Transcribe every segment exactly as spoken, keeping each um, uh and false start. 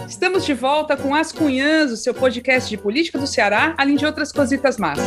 Estamos de volta com As Cunhãs, o seu podcast de política do Ceará, além de outras cositas más.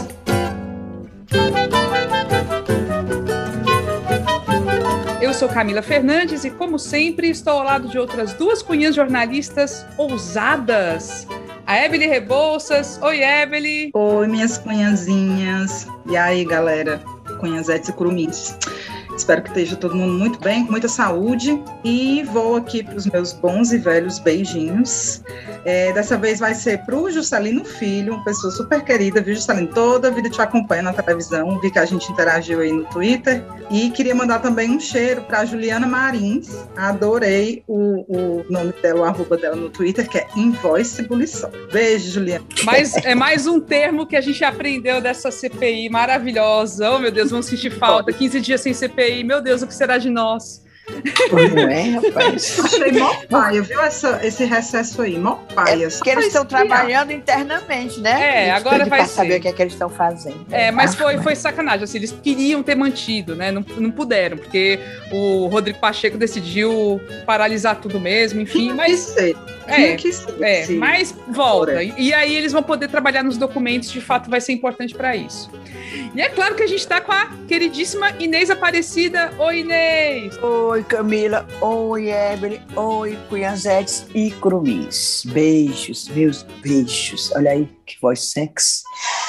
Eu sou Camila Fernandes e, como sempre, estou ao lado de outras duas cunhãs jornalistas ousadas. A Ebeli Rebouças. Oi, Ebeli. Oi, minhas cunhazinhas. E aí, galera? Cunhazetes e curumis. Espero que esteja todo mundo muito bem, com muita saúde. E vou aqui para os meus bons e velhos beijinhos. É, dessa vez vai ser para o Juscelino Filho, uma pessoa super querida, viu, Juscelino? Toda a vida te acompanha na televisão, vi que a gente interagiu aí no Twitter. E queria mandar também um cheiro para a Juliana Marins. Adorei o, o nome dela, o arroba dela no Twitter, que é Invoice Bulição. Beijo, Juliana. Mas é mais um termo que a gente aprendeu dessa C P I maravilhosa. Oh, meu Deus, vamos sentir falta. quinze dias sem C P I. Meu Deus, o que será de nós? Não é, rapaz? Achei mó paia, viu, essa, esse recesso aí, mó paia. É porque eles estão trabalhando internamente, né? É, agora vai ser. saber o que é que eles estão fazendo. É, mas foi, foi sacanagem, assim, eles queriam ter mantido, né? Não, não puderam, porque o Rodrigo Pacheco decidiu paralisar tudo mesmo, enfim, mas... É, é, mas volta. E, e aí eles vão poder trabalhar nos documentos, de fato vai ser importante para isso. E é claro que a gente está com a queridíssima Inês Aparecida. Oi, Inês! Oi, Camila. Oi, Ebeli. Oi, cunhazetes e curumis. Beijos, meus beijos. Olha aí, que voz sexy.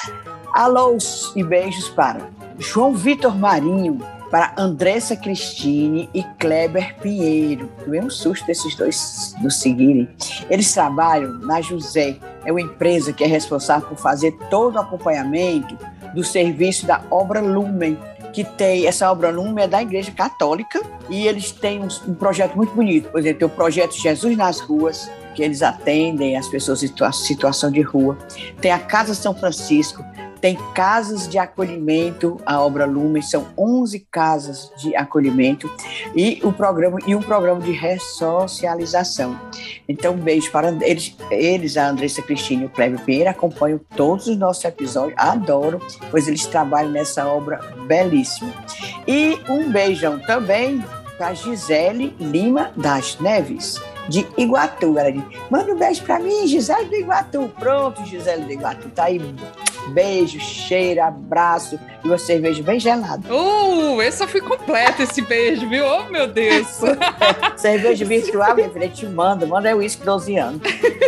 Alôs e beijos para João Vitor Marinho, para Andressa Cristine e Kleber Pinheiro. Tomei um susto desses dois nos seguirem. Eles trabalham na José, é uma empresa que é responsável por fazer todo o acompanhamento do serviço da Obra Lumen, que tem, essa Obra Lumen é da Igreja Católica, e eles têm um, um projeto muito bonito. Por exemplo, tem o projeto Jesus nas Ruas, que eles atendem as pessoas em situa- situação de rua. Tem a Casa São Francisco, tem casas de acolhimento, a Obra Lumen, são onze casas de acolhimento e, o programa, e um programa de ressocialização. Então, um beijo para eles, eles a Andressa Cristina e o Kleber Pinheiro, acompanham todos os nossos episódios, adoro, pois eles trabalham nessa obra belíssima. E um beijão também para Gisele Lima das Neves, de Iguatu. Ela diz, manda um beijo para mim, Gisele do Iguatu. Pronto, Gisele do Iguatu, tá aí. Beijo, cheiro, abraço e uma cerveja bem gelada. Uh, esse foi completo, esse beijo, viu? Oh, meu Deus! Cerveja virtual, minha filha, te manda, manda é uísque doze anos.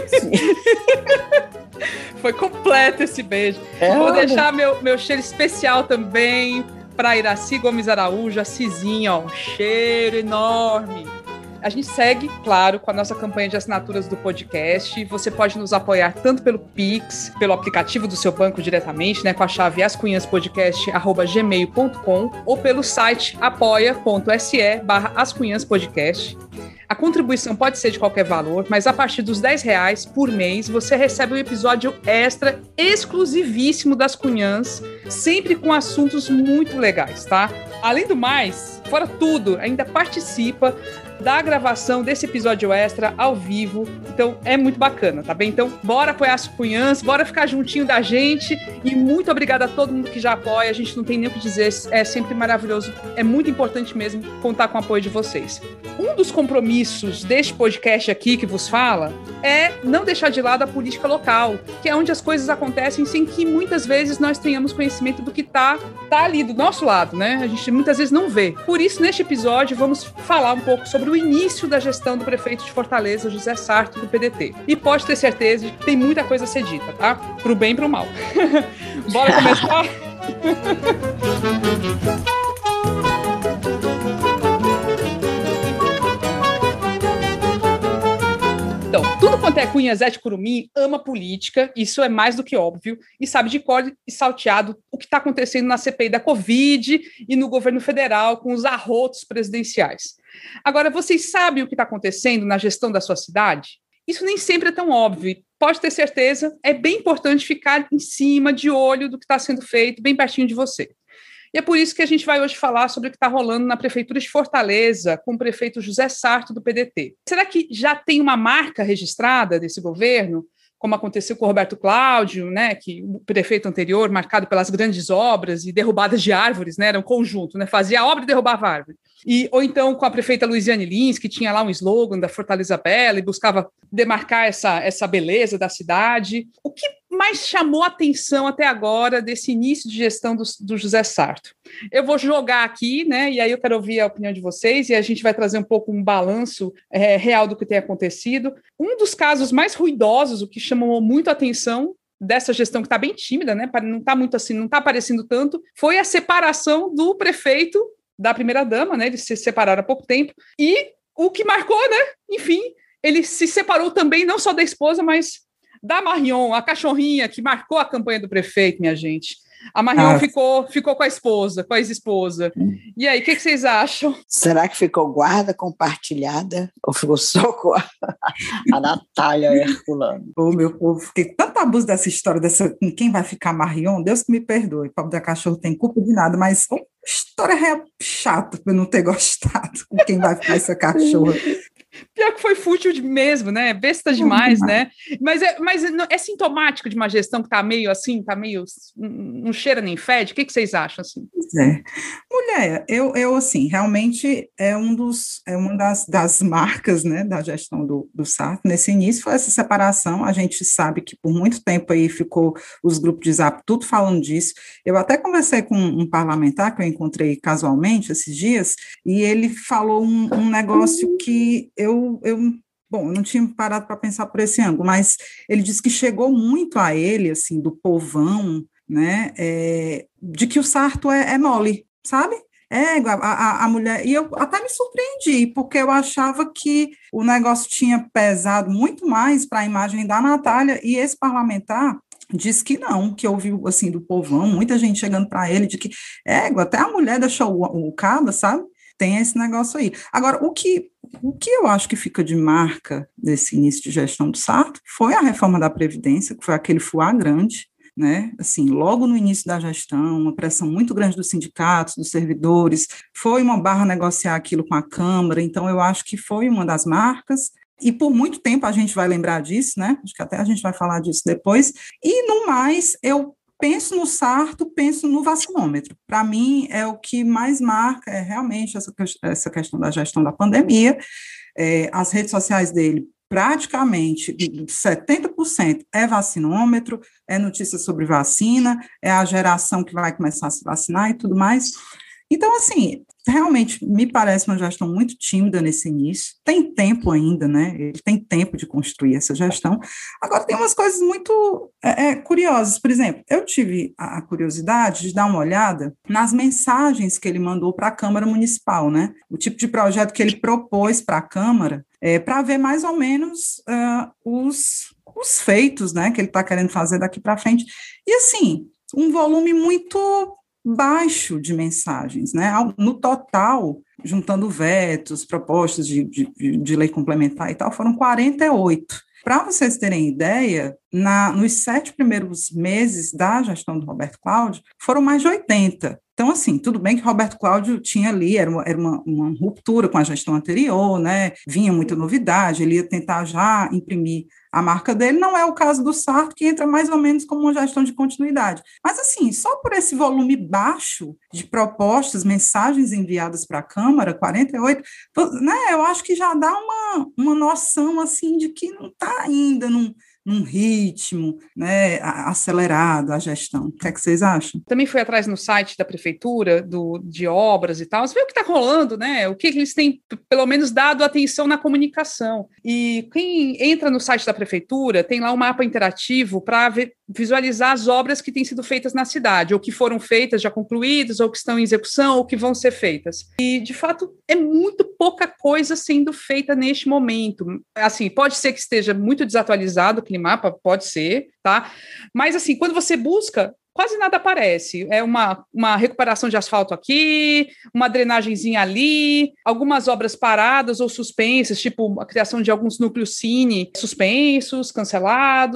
Foi completo esse beijo. É, Vou olha. deixar meu, meu cheiro especial também para Iraci Gomes Araújo, a Cizinha, ó, um cheiro enorme. A gente segue, claro, com a nossa campanha de assinaturas do podcast. Você pode nos apoiar tanto pelo Pix, pelo aplicativo do seu banco diretamente, né, com a chave ascunhaspodcast arroba gmail ponto com, ou pelo site apoia.se barra ascunhaspodcast. A contribuição pode ser de qualquer valor, mas a partir dos dez reais por mês, você recebe um episódio extra exclusivíssimo das Cunhãs, sempre com assuntos muito legais, tá? Além do mais, fora tudo, ainda participa da gravação desse episódio extra ao vivo, então é muito bacana, tá bem? Então, bora apoiar as Cunhãs, bora ficar juntinho da gente, e muito obrigada a todo mundo que já apoia, a gente não tem nem o que dizer, é sempre maravilhoso, é muito importante mesmo contar com o apoio de vocês. Um dos compromissos deste podcast aqui que vos fala é não deixar de lado a política local, que é onde as coisas acontecem sem que muitas vezes nós tenhamos conhecimento do que tá, tá ali do nosso lado, né? A gente muitas vezes não vê. Por isso, neste episódio, vamos falar um pouco sobre o início da gestão do prefeito de Fortaleza, José Sarto, do P D T. E pode ter certeza de que tem muita coisa a ser dita, tá? Pro bem e pro mal. Bora começar? Então, tudo quanto é cunhazete curumim ama política, isso é mais do que óbvio, e sabe de cor e salteado o que está acontecendo na C P I da Covid e no governo federal com os arrotos presidenciais. Agora, vocês sabem o que está acontecendo na gestão da sua cidade? Isso nem sempre é tão óbvio, pode ter certeza, é bem importante ficar em cima, de olho do que está sendo feito, bem pertinho de você. E é por isso que a gente vai hoje falar sobre o que está rolando na Prefeitura de Fortaleza com o prefeito José Sarto, do P D T. Será que já tem uma marca registrada desse governo? como aconteceu com o Roberto Cláudio, né, que o prefeito anterior, marcado pelas grandes obras e derrubadas de árvores, né, era um conjunto, né, fazia a obra e derrubava a árvore. E, ou então com a prefeita Luiziane Lins, que tinha lá um slogan da Fortaleza Bela e buscava demarcar essa, essa beleza da cidade. O que mais chamou a atenção até agora desse início de gestão do, do José Sarto? Eu vou jogar aqui, né, e aí eu quero ouvir a opinião de vocês e a gente vai trazer um pouco um balanço é, real do que tem acontecido. Um dos casos mais ruidosos, o que chamou muito a atenção dessa gestão que está bem tímida, né, não está muito assim, não está aparecendo tanto, foi a separação do prefeito da primeira-dama, né, eles se separaram há pouco tempo, e o que marcou, né, enfim, ele se separou também, não só da esposa, mas da Marion, a cachorrinha que marcou a campanha do prefeito, minha gente. A Marion ah. ficou, ficou com a esposa, com a ex-esposa. E aí, o que, que vocês acham? Será que ficou guarda compartilhada? Ou ficou só com a, a Natália Herculano? Ô, meu povo, fiquei tanto abuso dessa história, dessa quem vai ficar Marion, Deus que me perdoe, o pobre da cachorro tem culpa de nada, mas oh, história real chata por eu não ter gostado com quem vai ficar essa cachorra. Pior que foi fútil mesmo, né? Besta demais, né? Mas, é, mas é sintomático de uma gestão que tá meio assim, tá meio... não cheira nem fede? O que, que vocês acham, assim? Pois é. Mulher, eu, eu assim, realmente é, um dos, é uma das, das marcas, né, da gestão do, do Sarto. Nesse início foi essa separação. A gente sabe que por muito tempo aí ficou os grupos de zap tudo falando disso. Eu até conversei com um parlamentar que eu encontrei casualmente esses dias, e ele falou um, um negócio que eu, eu, bom, eu não tinha parado para pensar por esse ângulo, mas ele disse que chegou muito a ele, assim, do povão, né, é, de que o Sarto é, é mole, sabe? É, a, a, a mulher, e eu até me surpreendi, porque eu achava que o negócio tinha pesado muito mais para a imagem da Natália, e esse parlamentar diz que não, que ouviu, assim, do povão, muita gente chegando para ele, de que, é, até a mulher deixou o, o cabo, sabe? Tem esse negócio aí. Agora, o que, o que eu acho que fica de marca desse início de gestão do Sarto foi a reforma da Previdência, que foi aquele fuá grande, né, assim, logo no início da gestão, uma pressão muito grande dos sindicatos, dos servidores, foi uma barra negociar aquilo com a Câmara, então eu acho que foi uma das marcas, e por muito tempo a gente vai lembrar disso, né, acho que até a gente vai falar disso depois, e no mais, eu penso no Sarto, penso no vacinômetro. Para mim, é o que mais marca, é realmente essa, essa questão da gestão da pandemia. É, as redes sociais dele, praticamente setenta por cento é vacinômetro, é notícia sobre vacina, é a geração que vai começar a se vacinar e tudo mais. Então, assim, realmente me parece uma gestão muito tímida nesse início, tem tempo ainda, né, ele tem tempo de construir essa gestão. Agora, tem umas coisas muito é, é, curiosas, por exemplo, eu tive a curiosidade de dar uma olhada nas mensagens que ele mandou para a Câmara Municipal, né, o tipo de projeto que ele propôs para a Câmara, é, para ver mais ou menos uh, os, os feitos, né, que ele está querendo fazer daqui para frente, e assim, um volume muito baixo de mensagens, né? No total, juntando vetos, propostas de, de, de lei complementar e tal, foram quarenta e oito. Para vocês terem ideia, na, nos sete primeiros meses da gestão do Roberto Cláudio, foram mais de oitenta. Então, assim, tudo bem que Roberto Cláudio tinha ali, era uma, era uma, uma ruptura com a gestão anterior, né? Vinha muita novidade, ele ia tentar já imprimir a marca dele, não é o caso do Sarto, que entra mais ou menos como uma gestão de continuidade. Mas, assim, só por esse volume baixo de propostas, mensagens enviadas para a Câmara, quarenta e oito, né, eu acho que já dá uma, uma noção, assim, de que não está ainda num, num ritmo, né, acelerado a gestão. O que é que vocês acham? Também fui atrás no site da prefeitura, do, de obras e tal, você vê o que está rolando, né, o que eles têm, pelo menos, dado atenção na comunicação. E quem entra no site da prefeitura tem lá um mapa interativo para visualizar as obras que têm sido feitas na cidade, ou que foram feitas, já concluídas, ou que estão em execução, ou que vão ser feitas. E, de fato, é muito pouca coisa sendo feita neste momento. Assim, pode ser que esteja muito desatualizado aquele mapa, pode ser, tá? Mas, assim, quando você busca, quase nada aparece. É uma, uma recuperação de asfalto aqui, uma drenagenzinha ali, algumas obras paradas ou suspensas, tipo a criação de alguns núcleos cine suspensos, cancelados.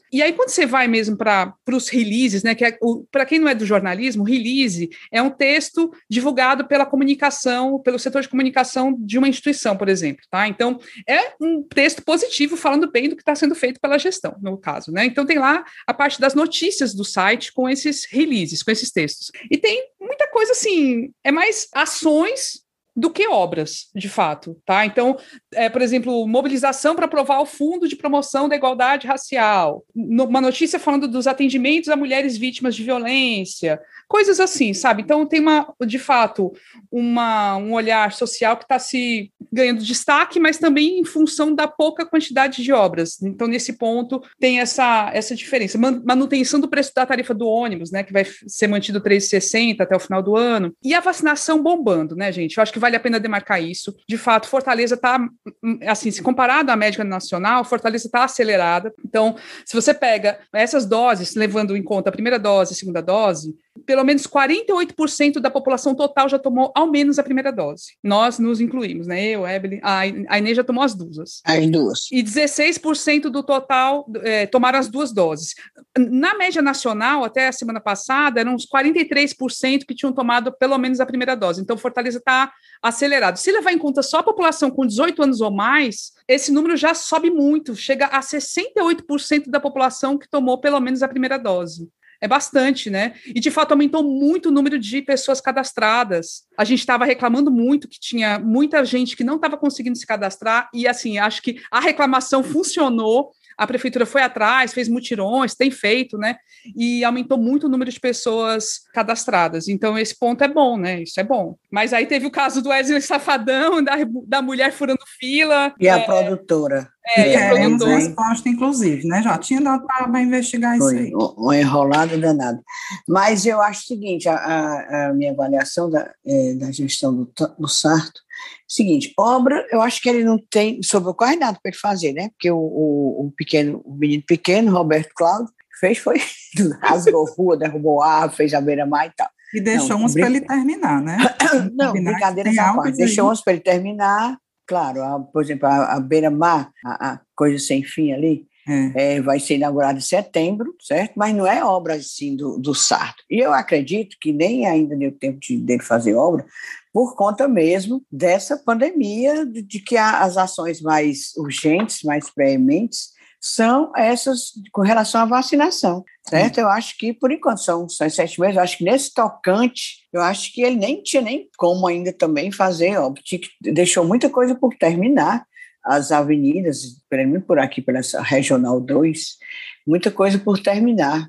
E aí, quando você vai mesmo para os releases, né, que é, para quem não é do jornalismo, release é um texto divulgado pela comunicação, pelo setor de comunicação de uma instituição, por exemplo, tá? Então, é um texto positivo falando bem do que está sendo feito pela gestão, no caso, né? Então, tem lá a parte das notícias do site com esses releases, com esses textos. E tem muita coisa assim, é mais ações do que obras, de fato, tá? Então, é, por exemplo, mobilização para aprovar o Fundo de Promoção da Igualdade Racial, uma notícia falando dos atendimentos a mulheres vítimas de violência, coisas assim, sabe? Então, tem, uma, de fato, uma, um olhar social que está se ganhando destaque, mas também em função da pouca quantidade de obras. Então, nesse ponto, tem essa, essa diferença. Manutenção do preço da tarifa do ônibus, né, que vai ser mantido três reais e sessenta centavos até o final do ano. E a vacinação bombando, né, gente? Eu acho que vale a pena demarcar isso. De fato, Fortaleza está, assim, se comparado à média nacional, Fortaleza está acelerada. Então, se você pega essas doses, levando em conta a primeira dose e a segunda dose, pelo menos quarenta e oito por cento da população total já tomou ao menos a primeira dose. Nós nos incluímos, né? Eu, Evelyn, a Inês já tomou as duas. As duas. E dezesseis por cento do total é, tomaram as duas doses. Na média nacional, até a semana passada, eram uns quarenta e três por cento que tinham tomado pelo menos a primeira dose. Então, Fortaleza está acelerado. Se levar em conta só a população com dezoito anos ou mais, esse número já sobe muito, chega a sessenta e oito por cento da população que tomou pelo menos a primeira dose. É bastante, né? E, de fato, aumentou muito o número de pessoas cadastradas. A gente estava reclamando muito que tinha muita gente que não estava conseguindo se cadastrar e, assim, acho que a reclamação funcionou. A prefeitura foi atrás, fez mutirões, tem feito, né? E aumentou muito o número de pessoas cadastradas. Então, esse ponto é bom, né? Isso é bom. Mas aí teve o caso do Wesley Safadão, da, da mulher furando fila. E é, a produtora. É, e a Queremos produtora. resposta, inclusive, né? Já tinha dado para investigar Foi isso aí. um enrolado danado. Mas eu acho o seguinte, a, a, a minha avaliação da, é, da gestão do, do Sarto, seguinte, obra, eu acho que ele não tem, sobrou quase nada para ele fazer, né? Porque o, o, o pequeno, o menino pequeno, Roberto Cláudio, fez foi, rasgou rua, derrubou ar, fez a beira-mar e tal. E deixou não, uns para ele terminar, né? Não, brincadeira essa parte. Deixou uns para ele terminar, claro, a, por exemplo, a, a beira-mar, a, a coisa sem fim ali, é. É, vai ser inaugurada em setembro, certo? Mas não é obra assim do, do Sarto. E eu acredito que nem ainda deu tempo de, dele fazer obra, por conta mesmo dessa pandemia, de, de que a, as ações mais urgentes, mais prementes, são essas com relação à vacinação, certo? Sim. Eu acho que, por enquanto, são, são sete meses, eu acho que nesse tocante, eu acho que ele nem tinha nem como ainda também fazer, ó, deixou muita coisa por terminar, as avenidas, pelo menos por aqui, pela Regional dois, muita coisa por terminar,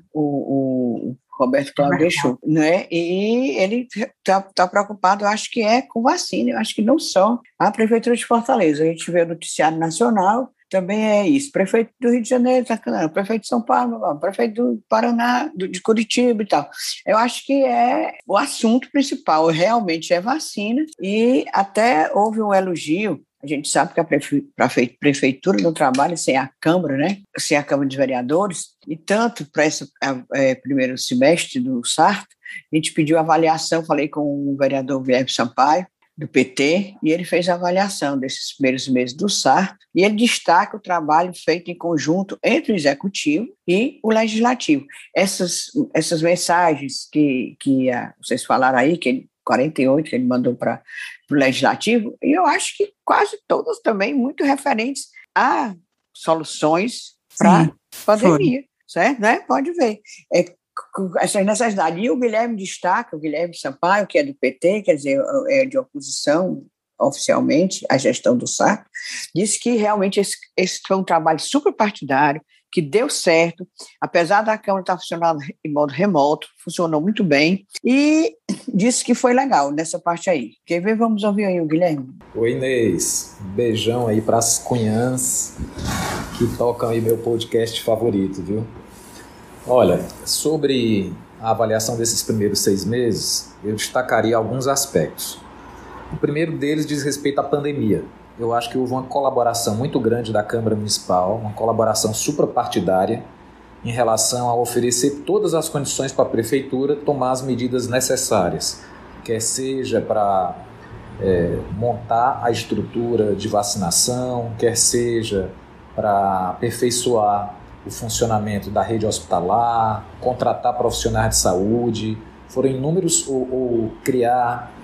o, o Roberto Cláudio deixou, né? E ele está tá preocupado, eu acho que é com vacina, eu acho que não só a Prefeitura de Fortaleza, a gente vê o noticiário nacional, também é isso, prefeito do Rio de Janeiro, prefeito de São Paulo, prefeito do Paraná, de Curitiba e tal. Eu acho que é o assunto principal, realmente é vacina, e até houve um elogio. A gente sabe que a prefe... prefeitura não trabalha sem a Câmara, né? Sem a Câmara dos Vereadores, e tanto para esse é, primeiro semestre do Sarto, a gente pediu avaliação, falei com o vereador Guilherme Sampaio, do P T, e ele fez a avaliação desses primeiros meses do Sarto, e ele destaca o trabalho feito em conjunto entre o Executivo e o Legislativo. Essas, essas mensagens que, que a, vocês falaram aí, que ele quarenta e oito que ele mandou para o Legislativo, e eu acho que quase todas também muito referentes a soluções para a pandemia, foi. Certo? Né? Pode ver. É, essas necessidades. E o Guilherme destaca, o Guilherme Sampaio, que é do P T, quer dizer, é de oposição oficialmente à gestão do Sarto, disse que realmente esse, esse foi um trabalho super partidário, que deu certo, apesar da Câmara estar funcionando em modo remoto, funcionou muito bem, e disse que foi legal nessa parte aí. Quer ver? Vamos ouvir aí o Guilherme. Oi, Inês. Um beijão aí para as cunhãs que tocam aí meu podcast favorito, viu? Olha, sobre a avaliação desses primeiros seis meses, eu destacaria alguns aspectos. O primeiro deles diz respeito à pandemia. Eu acho que houve uma colaboração muito grande da Câmara Municipal, uma colaboração suprapartidária em relação a oferecer todas as condições para a Prefeitura tomar as medidas necessárias, quer seja para é, montar a estrutura de vacinação, quer seja para aperfeiçoar o funcionamento da rede hospitalar, contratar profissionais de saúde, foram inúmeros, ou, ou criar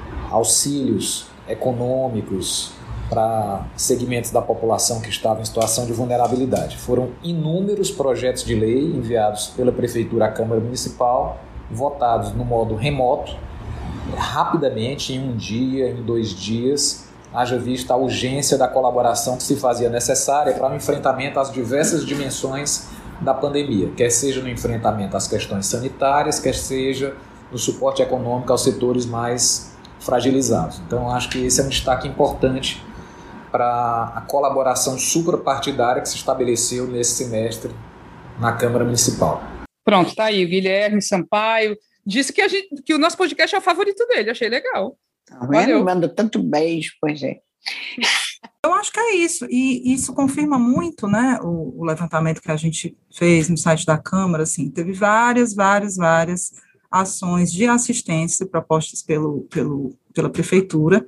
auxílios econômicos para segmentos da população que estavam em situação de vulnerabilidade. Foram inúmeros projetos de lei enviados pela Prefeitura à Câmara Municipal, votados no modo remoto, rapidamente, em um dia, em dois dias, haja vista a urgência da colaboração que se fazia necessária para o enfrentamento às diversas dimensões da pandemia, quer seja no enfrentamento às questões sanitárias, quer seja no suporte econômico aos setores mais fragilizados. Então, acho que esse é um destaque importante para a colaboração suprapartidária que se estabeleceu nesse semestre na Câmara Municipal. Pronto, tá aí, o Guilherme Sampaio disse que, a gente, que o nosso podcast é o favorito dele, achei legal. Tá vendo? Manda tanto beijo, pois é. Eu acho que é isso, e isso confirma muito, né, o, o levantamento que a gente fez no site da Câmara, assim, teve várias, várias, várias ações de assistência propostas pelo, pelo, pela Prefeitura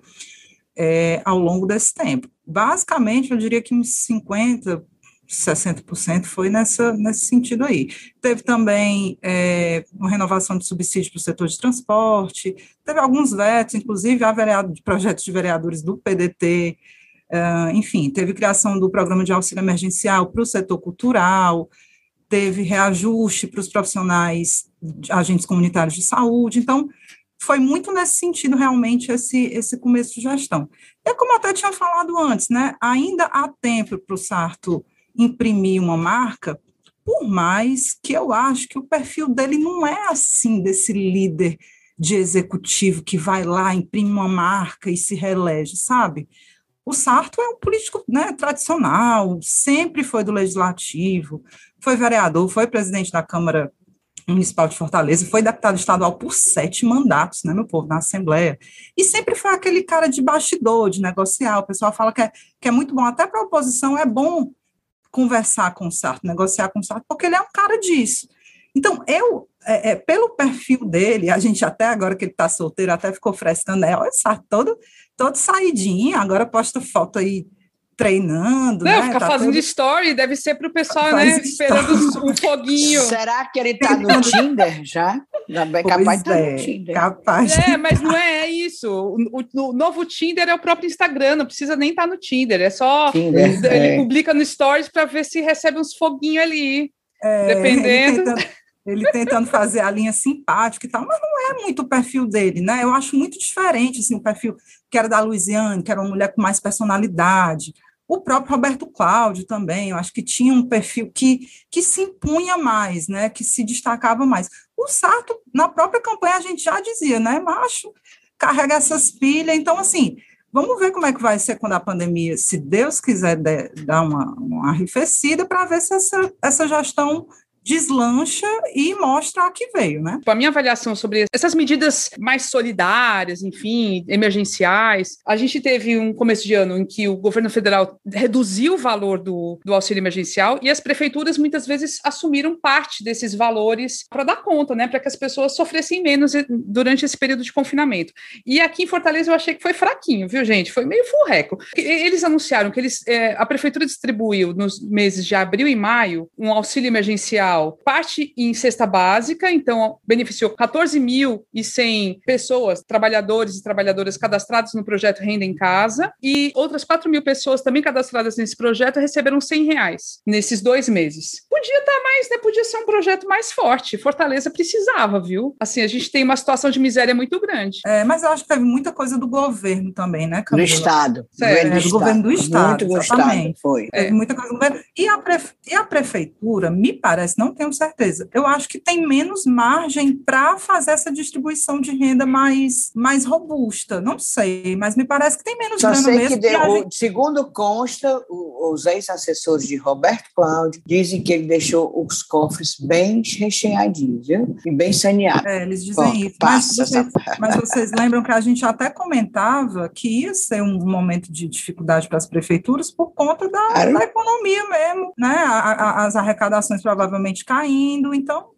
é, ao longo desse tempo. Basicamente, eu diria que uns cinquenta, sessenta por cento foi nessa, nesse sentido aí. Teve também é, uma renovação de subsídio para o setor de transporte, teve alguns vetos, inclusive há vereado, projetos de vereadores do P D T, uh, enfim, teve criação do programa de auxílio emergencial para o setor cultural, teve reajuste para os profissionais, agentes comunitários de saúde, então foi muito nesse sentido realmente esse, esse começo de gestão. E como eu até tinha falado antes, né, ainda há tempo para o Sarto imprimir uma marca, por mais que eu acho que o perfil dele não é assim, desse líder de executivo que vai lá, imprime uma marca e se reelege, sabe? O Sarto é um político, né, tradicional, sempre foi do Legislativo, foi vereador, foi presidente da Câmara Municipal de Fortaleza, foi deputado estadual por sete mandatos, né, meu povo, na Assembleia, e sempre foi aquele cara de bastidor, de negociar. O pessoal fala que é, que é muito bom, até para a oposição é bom conversar com o Sarto, negociar com o Sarto, porque ele é um cara disso. Então, eu, é, é, pelo perfil dele, a gente até agora que ele está solteiro, até ficou frescando, né? Olha, o Sarto todo, todo saidinho, agora posta foto aí treinando, não, né? fica tá fazendo todo... story, deve ser para o pessoal, Faz né, esperando um foguinho. Será que ele está no Tinder já? Já bem capaz de estar é, no Tinder. Capaz é, de... mas não é isso. O, o, o novo Tinder é o próprio Instagram, não precisa nem estar no Tinder, é só Tinder, ele é. publica no Stories para ver se recebe uns foguinhos ali, é, dependendo. Ele tentando, ele tentando fazer a linha simpática e tal, mas não é muito o perfil dele, né? Eu acho muito diferente, assim, o perfil que era da Luiziane, que era uma mulher com mais personalidade. O próprio Roberto Cláudio também, eu acho que tinha um perfil que, que se impunha mais, né, que se destacava mais. O Sarto, na própria campanha, a gente já dizia, né, macho, carrega essas pilhas. Então, assim, vamos ver como é que vai ser quando a pandemia, se Deus quiser de, dar uma, uma arrefecida, para ver se essa, essa gestão deslancha e mostra a que veio, né? A minha avaliação sobre essas medidas mais solidárias, enfim, emergenciais, a gente teve um começo de ano em que o governo federal reduziu o valor do, do auxílio emergencial e as prefeituras muitas vezes assumiram parte desses valores para dar conta, né, para que as pessoas sofressem menos durante esse período de confinamento. E aqui em Fortaleza eu achei que foi fraquinho, viu, gente? Foi meio furreco. Eles anunciaram que eles, é, a prefeitura distribuiu nos meses de abril e maio um auxílio emergencial, parte em cesta básica, então beneficiou quatorze mil e cem pessoas, trabalhadores e trabalhadoras cadastrados no projeto Renda em Casa, e outras quatro mil pessoas também cadastradas nesse projeto receberam cem reais nesses dois meses. Podia estar mais, né? Podia ser um projeto mais forte. Fortaleza precisava, viu? Assim, a gente tem uma situação de miséria muito grande. É, mas eu acho que teve muita coisa do governo também, né, Camila? Do Estado. Certo. Do, é, do governo do Estado, muito exatamente. Estado, foi. Teve é. muita coisa do governo. E a, prefe... e a prefeitura, me parece, não tenho certeza, eu acho que tem menos margem para fazer essa distribuição de renda mais, mais robusta. Não sei, mas me parece que tem menos Só grana sei mesmo. que, deu, que a gente... segundo consta, os ex-assessores de Roberto Cláudio dizem que ele deixou os cofres bem recheadinhos, viu? E bem saneados. É, eles dizem Bom, isso. Mas passa vocês, essa... mas vocês lembram que a gente até comentava que ia ser um momento de dificuldade para as prefeituras por conta da, claro. da economia mesmo, né? A, a, as arrecadações provavelmente caindo. Então,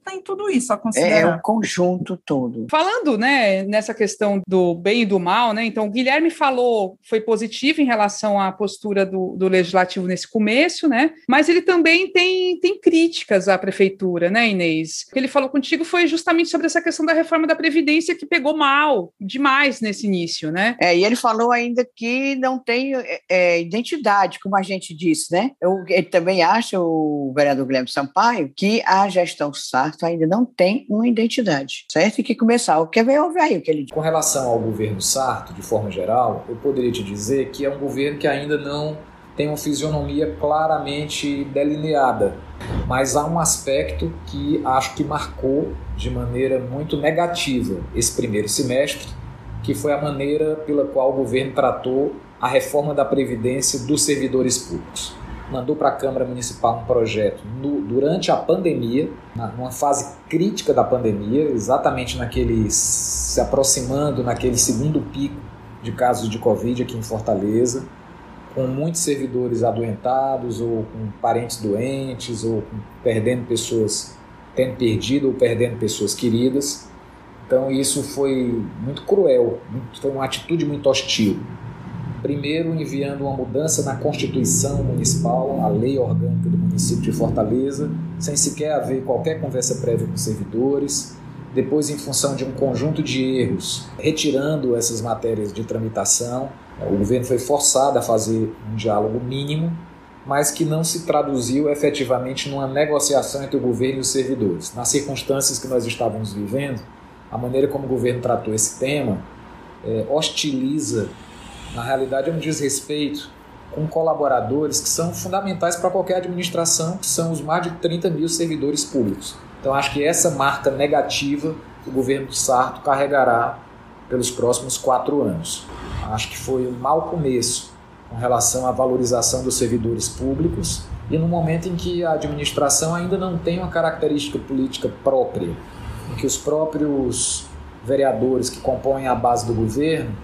tem tudo isso a É, considerar. é um conjunto todo. Falando, né, nessa questão do bem e do mal, né, então o Guilherme falou, foi positivo em relação à postura do, do Legislativo nesse começo, né, mas ele também tem, tem críticas à Prefeitura, né, Inês? O que ele falou contigo foi justamente sobre essa questão da reforma da Previdência que pegou mal demais nesse início, né? É, e ele falou ainda que não tem é, é, identidade, como a gente disse, né? Eu, ele também acha, o vereador Guilherme Sampaio, que a gestão Sarto ainda não tem uma identidade, certo? E que começar, o que vai ouvir aí o que ele diz. Com relação ao governo Sarto, de forma geral, eu poderia te dizer que é um governo que ainda não tem uma fisionomia claramente delineada, mas há um aspecto que acho que marcou de maneira muito negativa esse primeiro semestre, que foi a maneira pela qual o governo tratou a reforma da Previdência dos servidores públicos. Mandou para a Câmara Municipal um projeto no, durante a pandemia, na, numa fase crítica da pandemia, exatamente naquele, se aproximando naquele segundo pico de casos de Covid aqui em Fortaleza, com muitos servidores adoentados ou com parentes doentes ou com, perdendo pessoas, tendo perdido ou perdendo pessoas queridas. Então isso foi muito cruel, muito, foi uma atitude muito hostil. Primeiro, enviando uma mudança na Constituição Municipal, a lei orgânica do município de Fortaleza, sem sequer haver qualquer conversa prévia com os servidores. Depois, em função de um conjunto de erros, retirando essas matérias de tramitação. O governo foi forçado a fazer um diálogo mínimo, mas que não se traduziu efetivamente numa negociação entre o governo e os servidores. Nas circunstâncias que nós estávamos vivendo, a maneira como o governo tratou esse tema é, hostiliza. Na realidade, é um desrespeito com colaboradores que são fundamentais para qualquer administração, que são os mais de trinta mil servidores públicos. Então, acho que essa marca negativa o governo do Sarto carregará pelos próximos quatro anos. Acho que foi um mau começo com relação à valorização dos servidores públicos e no momento em que a administração ainda não tem uma característica política própria, em que os próprios vereadores que compõem a base do governo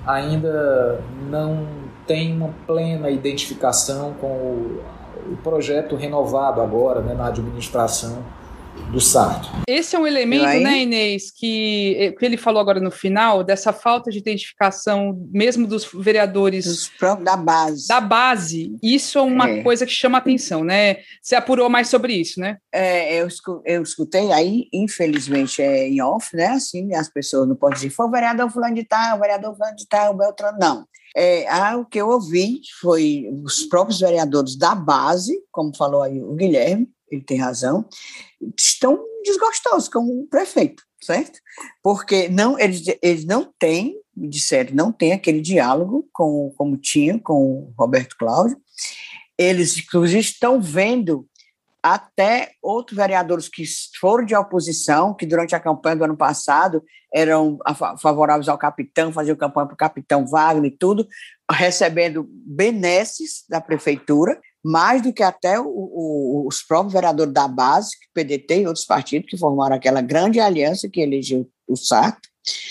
ainda não tem uma plena identificação com o, o projeto renovado agora, né, na administração do Sarto. Esse é um elemento, aí... né, Inês, que, que ele falou agora no final, dessa falta de identificação mesmo dos vereadores dos próprios, da base. Da base. Isso é uma é. coisa que chama atenção, né? Você apurou mais sobre isso, né? É, eu, eu escutei aí, infelizmente, é em off, né? Assim, as pessoas não podem dizer, foi o vereador fulano de tal, o vereador fulano de tal, o Beltrano, não. É, ah, o que eu ouvi foi os próprios vereadores da base, como falou aí o Guilherme, ele tem razão, estão desgostosos com o prefeito, certo? Porque não, eles, eles não têm, me disseram, não tem aquele diálogo com, como tinha com o Roberto Cláudio. Eles, inclusive, estão vendo até outros vereadores que foram de oposição, que durante a campanha do ano passado eram favoráveis ao capitão, faziam campanha para o capitão Wagner e tudo, recebendo benesses da prefeitura, mais do que até o, o, os próprios vereadores da base, P D T e outros partidos que formaram aquela grande aliança que elegeu o Sarto.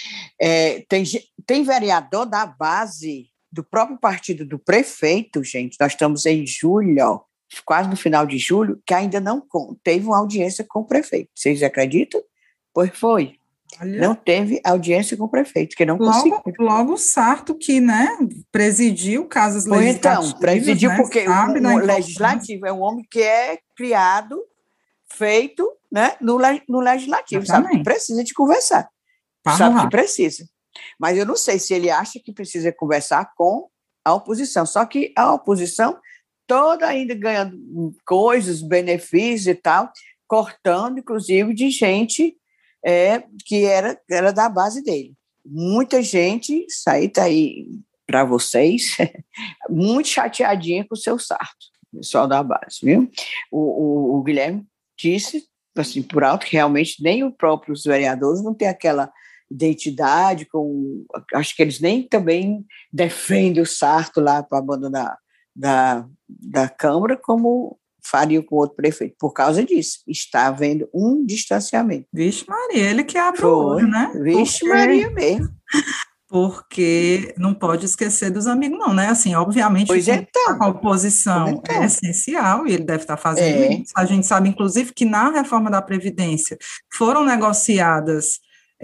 É, tem, tem vereador da base do próprio partido do prefeito, gente, nós estamos em julho, quase no final de julho, que ainda não teve uma audiência com o prefeito. Vocês acreditam? Pois foi. Olha. Não teve audiência com o prefeito, que não logo, conseguiu. Logo o Sarto, que, né, presidiu casas pois legislativas. Então, presidiu né, porque o, o legislativo é um homem que é criado, feito, né, no, no legislativo, Exatamente. Sabe que precisa de conversar. Parra sabe lá. Que precisa. Mas eu não sei se ele acha que precisa conversar com a oposição. Só que a oposição toda ainda ganhando coisas, benefícios e tal, cortando, inclusive, de gente é, que era, era da base dele. Muita gente, isso aí está aí para vocês, muito chateadinha com o seu Sarto, pessoal da base, viu? O, o, o Guilherme disse, assim, por alto, que realmente nem os próprios vereadores não têm aquela identidade, com, acho que eles nem também defendem o Sarto lá para abandonar da, da Câmara, como faria com outro prefeito, por causa disso. Está havendo um distanciamento. Vixe Maria, ele que abre o olho, né? Vixe Porque... Maria mesmo. Porque não pode esquecer dos amigos, não, né? Assim, obviamente, pois é, então. a oposição então. é essencial e ele deve estar fazendo é. isso. A gente sabe, inclusive, que na reforma da Previdência foram negociadas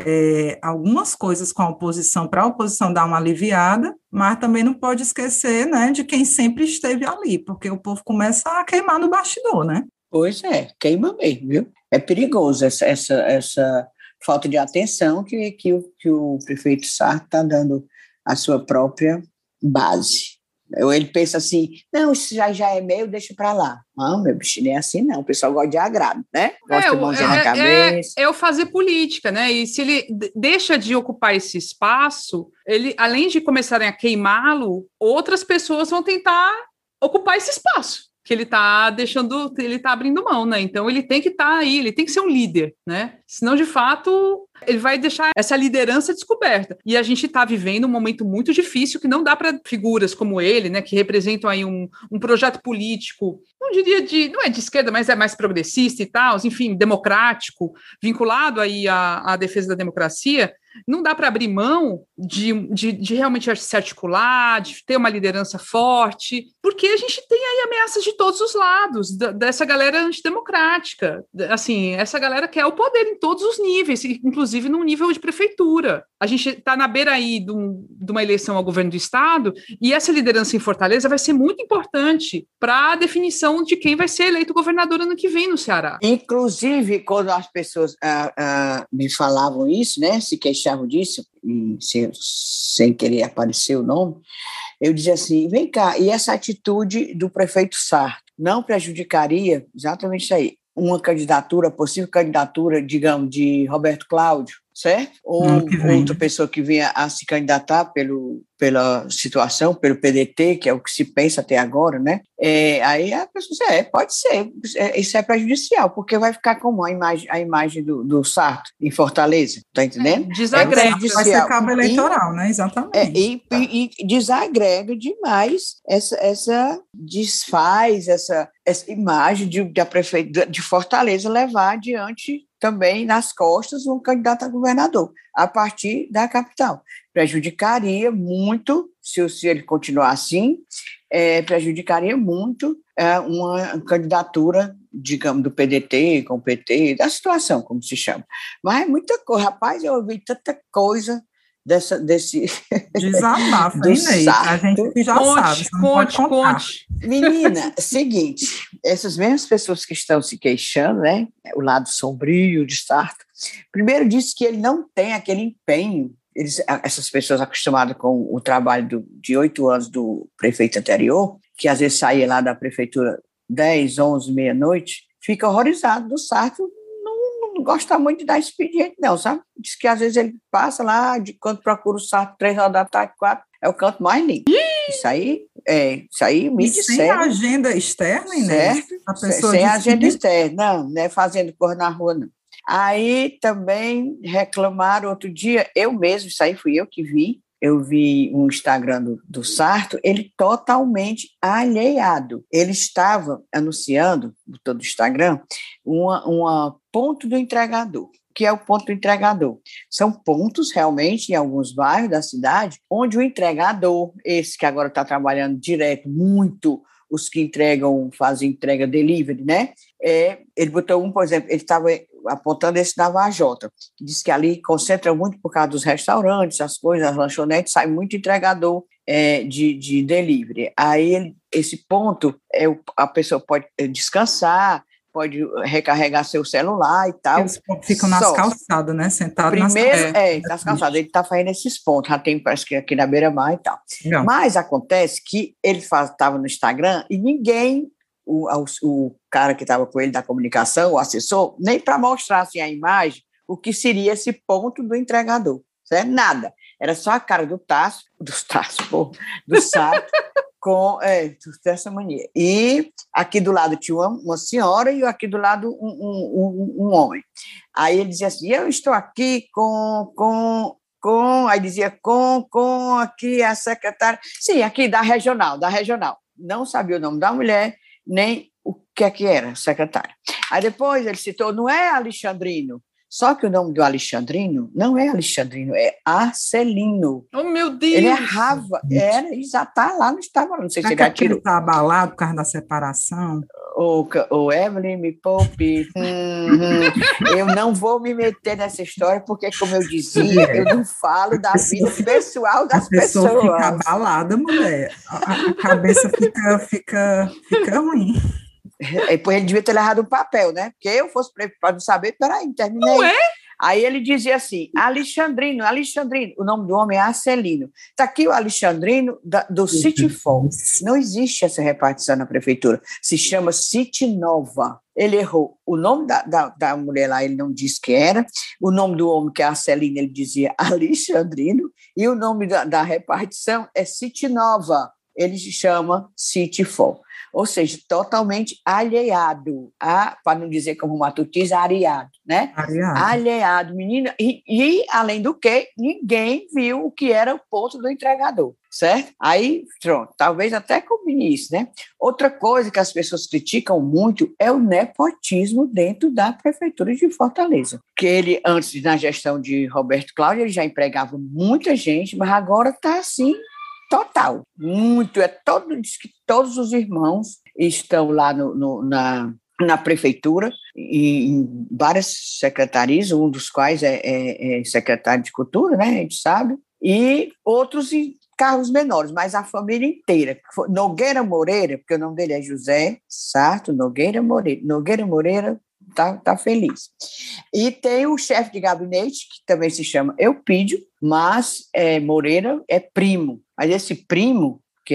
é, algumas coisas com a oposição para a oposição dar uma aliviada, mas também não pode esquecer, né, de quem sempre esteve ali, porque o povo começa a queimar no bastidor, né? Pois é, queima mesmo, viu? É perigoso essa, essa, essa falta de atenção que, que, o, que o prefeito Sarto está dando à sua própria base. Ele pensa assim, não, isso já, já é meu, deixa para lá. Não, meu bicho, nem é assim não, o pessoal gosta de agrado, né? Gosta é, de mãozinha é, na cabeça. É, é o fazer política, né? E se ele deixa de ocupar esse espaço, ele, além de começarem a queimá-lo, outras pessoas vão tentar ocupar esse espaço que ele está deixando, ele está abrindo mão, né? Então ele tem que estar tá aí, ele tem que ser um líder, né? Senão, de fato, ele vai deixar essa liderança descoberta. E a gente está vivendo um momento muito difícil que não dá para figuras como ele, né, que representam aí um, um projeto político, não diria de, não é de esquerda, mas é mais progressista e tal, enfim, democrático, vinculado aí à, à defesa da democracia. Não dá para abrir mão de, de, de realmente se articular, de ter uma liderança forte, porque a gente tem aí ameaças de todos os lados, da, dessa galera antidemocrática. Assim, essa galera quer o poder em todos os níveis, inclusive no nível de prefeitura. A gente está na beira aí de, um, de uma eleição ao governo do estado, e essa liderança em Fortaleza vai ser muito importante para a definição de quem vai ser eleito governador ano que vem no Ceará. Inclusive, quando as pessoas ah, ah, me falavam isso, né, se queixavam disso, e sem, sem querer aparecer o nome, eu dizia assim, vem cá, e essa atitude do prefeito Sarto não prejudicaria exatamente isso aí, uma candidatura, possível candidatura, digamos, de Roberto Cláudio, certo? Ou outra pessoa que venha a se candidatar pelo, pela situação, pelo P D T, que é o que se pensa até agora, né? É, aí a pessoa diz, é, pode ser, é, isso é prejudicial, porque vai ficar como a imagem, a imagem do, do Sarto em Fortaleza, tá entendendo? É, desagrega. É vai ser cabo eleitoral, e, né? Exatamente. É, e, e, e desagrega demais essa, essa desfaz, essa, essa imagem de, de, a prefeita, de Fortaleza levar adiante também nas costas um candidato a governador, a partir da capital. Prejudicaria muito, se, se ele continuar assim, é, prejudicaria muito é, uma candidatura, digamos, do P D T com o P T, da situação, como se chama. Mas é muita coisa, rapaz, eu ouvi tanta coisa dessa, desse... Desabafa, do Sarto. A gente já conte, sabe, você não conte, pode contar. Conte. Menina, seguinte, essas mesmas pessoas que estão se queixando, né, o lado sombrio de Sarto, primeiro disse que ele não tem aquele empenho, eles, essas pessoas acostumadas com o trabalho do, de oito anos do prefeito anterior, que às vezes saía lá da prefeitura dez, onze, meia-noite, fica horrorizado do Sarto, não, não gosta muito de dar expediente não, sabe? Diz que às vezes ele passa lá, de quando procura o Sarto, três horas da tarde, quatro, é o canto mais limpo. Isso aí, é, isso aí me disseram. Sem agenda externa, né? Certo? A pessoa sem agenda externa, não, não é fazendo cor na rua, não. Aí também reclamaram outro dia, eu mesmo, isso aí fui eu que vi, eu vi um Instagram do, do Sarto, ele totalmente alheado. Ele estava anunciando, no todo o Instagram, uma, uma ponto do entregador. O que é o ponto do entregador? São pontos, realmente, em alguns bairros da cidade, onde o entregador, esse que agora está trabalhando direto, muito, os que entregam, fazem entrega delivery, né? É, ele botou um, por exemplo, ele estava apontando esse da Vajota, que diz que ali concentra muito por causa dos restaurantes, as coisas, as lanchonetes, sai muito entregador é, de, de delivery. Aí, ele, esse ponto, é, a pessoa pode descansar, pode recarregar seu celular e tal. Eles ficam nas Só. calçadas, né? Sentados Primeiro, nas calçadas. É, nas calçadas. Ele está fazendo esses pontos, já tem, parece que aqui na beira-mar e tal. Não. Mas acontece que ele estava no Instagram e ninguém, o, o, o cara que estava com ele da comunicação, o assessor, nem para mostrar assim, a imagem, o que seria esse ponto do entregador. Certo? Nada. Era só a cara do Tasso, do Tasso, pô, do Sarto, com é, dessa mania. E aqui do lado tinha uma, uma senhora e aqui do lado um, um, um, um homem. Aí ele dizia assim, eu estou aqui com, com, com, aí dizia com, com aqui a secretária, sim, aqui da regional, da regional. Não sabia o nome da mulher, nem o que é que era, secretária. Aí depois ele citou, não é Alexandrino, Só que o nome do Alexandrino não é Alexandrino, é Arcelino. Oh, meu Deus! Ele errava, era, e já está lá no estado, não sei se ele já tirou. Ele está abalado por causa da separação? O, o Evelyn, me poupe. Uhum. Eu não vou me meter nessa história, porque, como eu dizia, eu não falo da vida pessoal das a pessoa pessoas. Fica abalada, mulher. A, a cabeça fica, fica, fica ruim. Depois ele devia ter levado um papel, né? Porque eu fosse para não saber, peraí, terminei. Não é? Aí ele dizia assim, Alexandrino, Alexandrino, o nome do homem é Arcelino. Está aqui o Alexandrino da, do Citifol. Não existe essa repartição na prefeitura. Se chama City Nova. Ele errou. O nome da, da, da mulher lá, ele não disse que era. O nome do homem, que é Arcelino, ele dizia Alexandrino. E o nome da, da repartição é City Nova. Ele se chama Citifol. Ou seja, totalmente alheado, para não dizer como o Matutiz, areado, né? Areado. Alheado, menina. E, e, além do que, ninguém viu o que era o ponto do entregador, certo? Aí, pronto, talvez até combine isso, né? Outra coisa que as pessoas criticam muito é o nepotismo dentro da Prefeitura de Fortaleza. Que ele, antes, na gestão de Roberto Cláudio, ele já empregava muita gente, mas agora está assim, total, muito, é todo, diz que todos os irmãos estão lá no, no, na, na prefeitura, e em várias secretarias, um dos quais é, é, é secretário de Cultura, né, a gente sabe, e outros em cargos menores, mas a família inteira. Nogueira Moreira, porque o nome dele é José Sarto Nogueira Moreira, Nogueira Moreira, Tá, tá feliz. E tem o chefe de gabinete, que também se chama Eupídio, mas é, Moreira é primo. Mas esse primo, que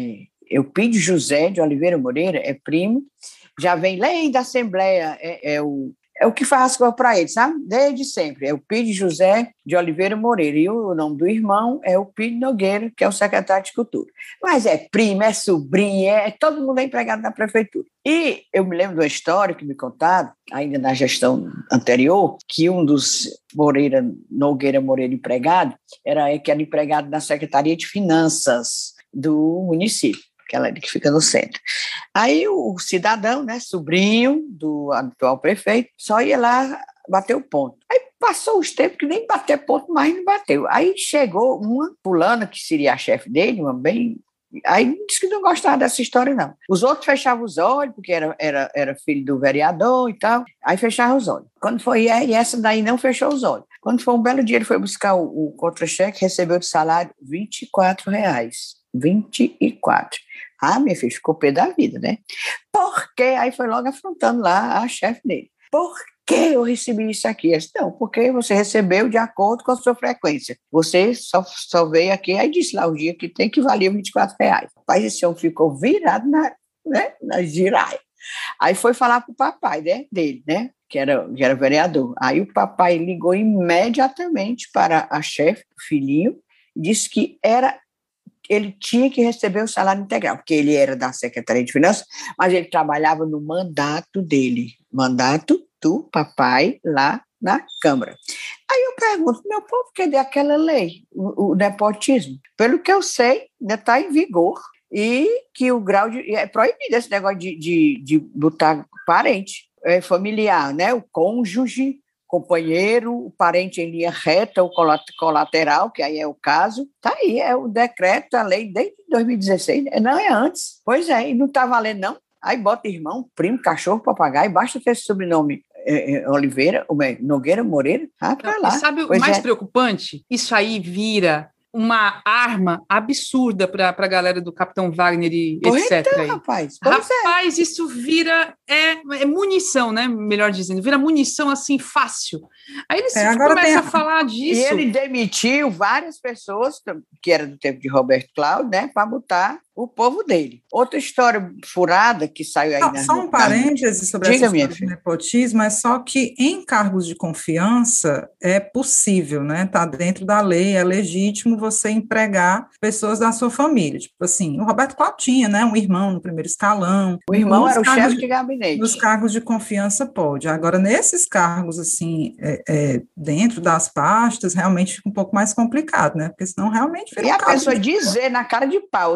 é Eupídio José de Oliveira Moreira, é primo, já vem lei da Assembleia, é, é, o, é o que faz as coisas para ele, sabe? Desde sempre. É Eupídio José de Oliveira Moreira. E o nome do irmão é Eupídio Nogueira, que é o secretário de Cultura. Mas é primo, é sobrinho, é, todo mundo é empregado na prefeitura. E eu me lembro de uma história que me contaram, ainda na gestão anterior, que um dos Moreira, Nogueira Moreira empregado era, que era empregado na Secretaria de Finanças do município, aquela que fica no centro. Aí o cidadão, né, sobrinho do atual prefeito, só ia lá bater o ponto. Aí passou os tempos que nem bater ponto mais não bateu. Aí chegou uma fulana, que seria a chefe dele, uma bem... Aí disse que não gostava dessa história, não. Os outros fechavam os olhos, porque era, era, era filho do vereador e tal, aí fechavam os olhos. Quando foi, e essa daí não fechou os olhos. Quando foi um belo dia, ele foi buscar o, o contra-cheque, recebeu de salário vinte e quatro reais. vinte e quatro. Ah, minha filha, ficou pé da vida, né? Por quê? Aí foi logo afrontando lá a chefe dele. Por que eu recebi isso aqui? Eu disse, não, porque você recebeu de acordo com a sua frequência. Você só, só veio aqui, aí disse lá o dia que tem que valer vinte e quatro reais. Rapaz, esse homem ficou virado na, né, na giraia. Aí foi falar para o papai, né, dele, né, que era, que era vereador. Aí o papai ligou imediatamente para a chefe, o filhinho, e disse que era... ele tinha que receber o salário integral, porque ele era da Secretaria de Finanças, mas ele trabalhava no mandato dele, mandato do papai lá na Câmara. Aí eu pergunto, meu povo, cadê aquela lei, o, o nepotismo? Pelo que eu sei, ainda está em vigor, e que o grau de... é proibido esse negócio de, de, de botar parente, é, familiar, né? O cônjuge, companheiro, o parente em linha reta, o colateral, que aí é o caso, tá aí, é o decreto, a lei desde dois mil e dezesseis, não é antes. Pois é, e não tá valendo não. Aí bota irmão, primo, cachorro, papagaio, basta ter esse sobrenome é, é, Oliveira, Nogueira Moreira, ah, pra lá. E sabe o pois mais é. preocupante? Isso aí vira uma arma absurda para a galera do Capitão Wagner e pois etcétera. Então, aí. rapaz, rapaz, é. isso vira é, é munição, né? Melhor dizendo, vira munição assim fácil. Aí eles é, começam a... a falar disso. E ele demitiu várias pessoas, que era do tempo de Roberto Cláudio, né, para botar o povo dele. Outra história furada que saiu aí... Não, na, só um parêntese sobre Diga, essa história do nepotismo, é só que em cargos de confiança é possível, né? Está dentro da lei, é legítimo você empregar pessoas da sua família. Tipo assim, o Roberto Cláudio tinha, né, um irmão no primeiro escalão. O irmão era o chefe de, de gabinete. Nos cargos de confiança pode. Agora, nesses cargos, assim, é, é, dentro das pastas, realmente fica um pouco mais complicado, né? Porque senão realmente... E a pessoa de... dizer na cara de pau, não,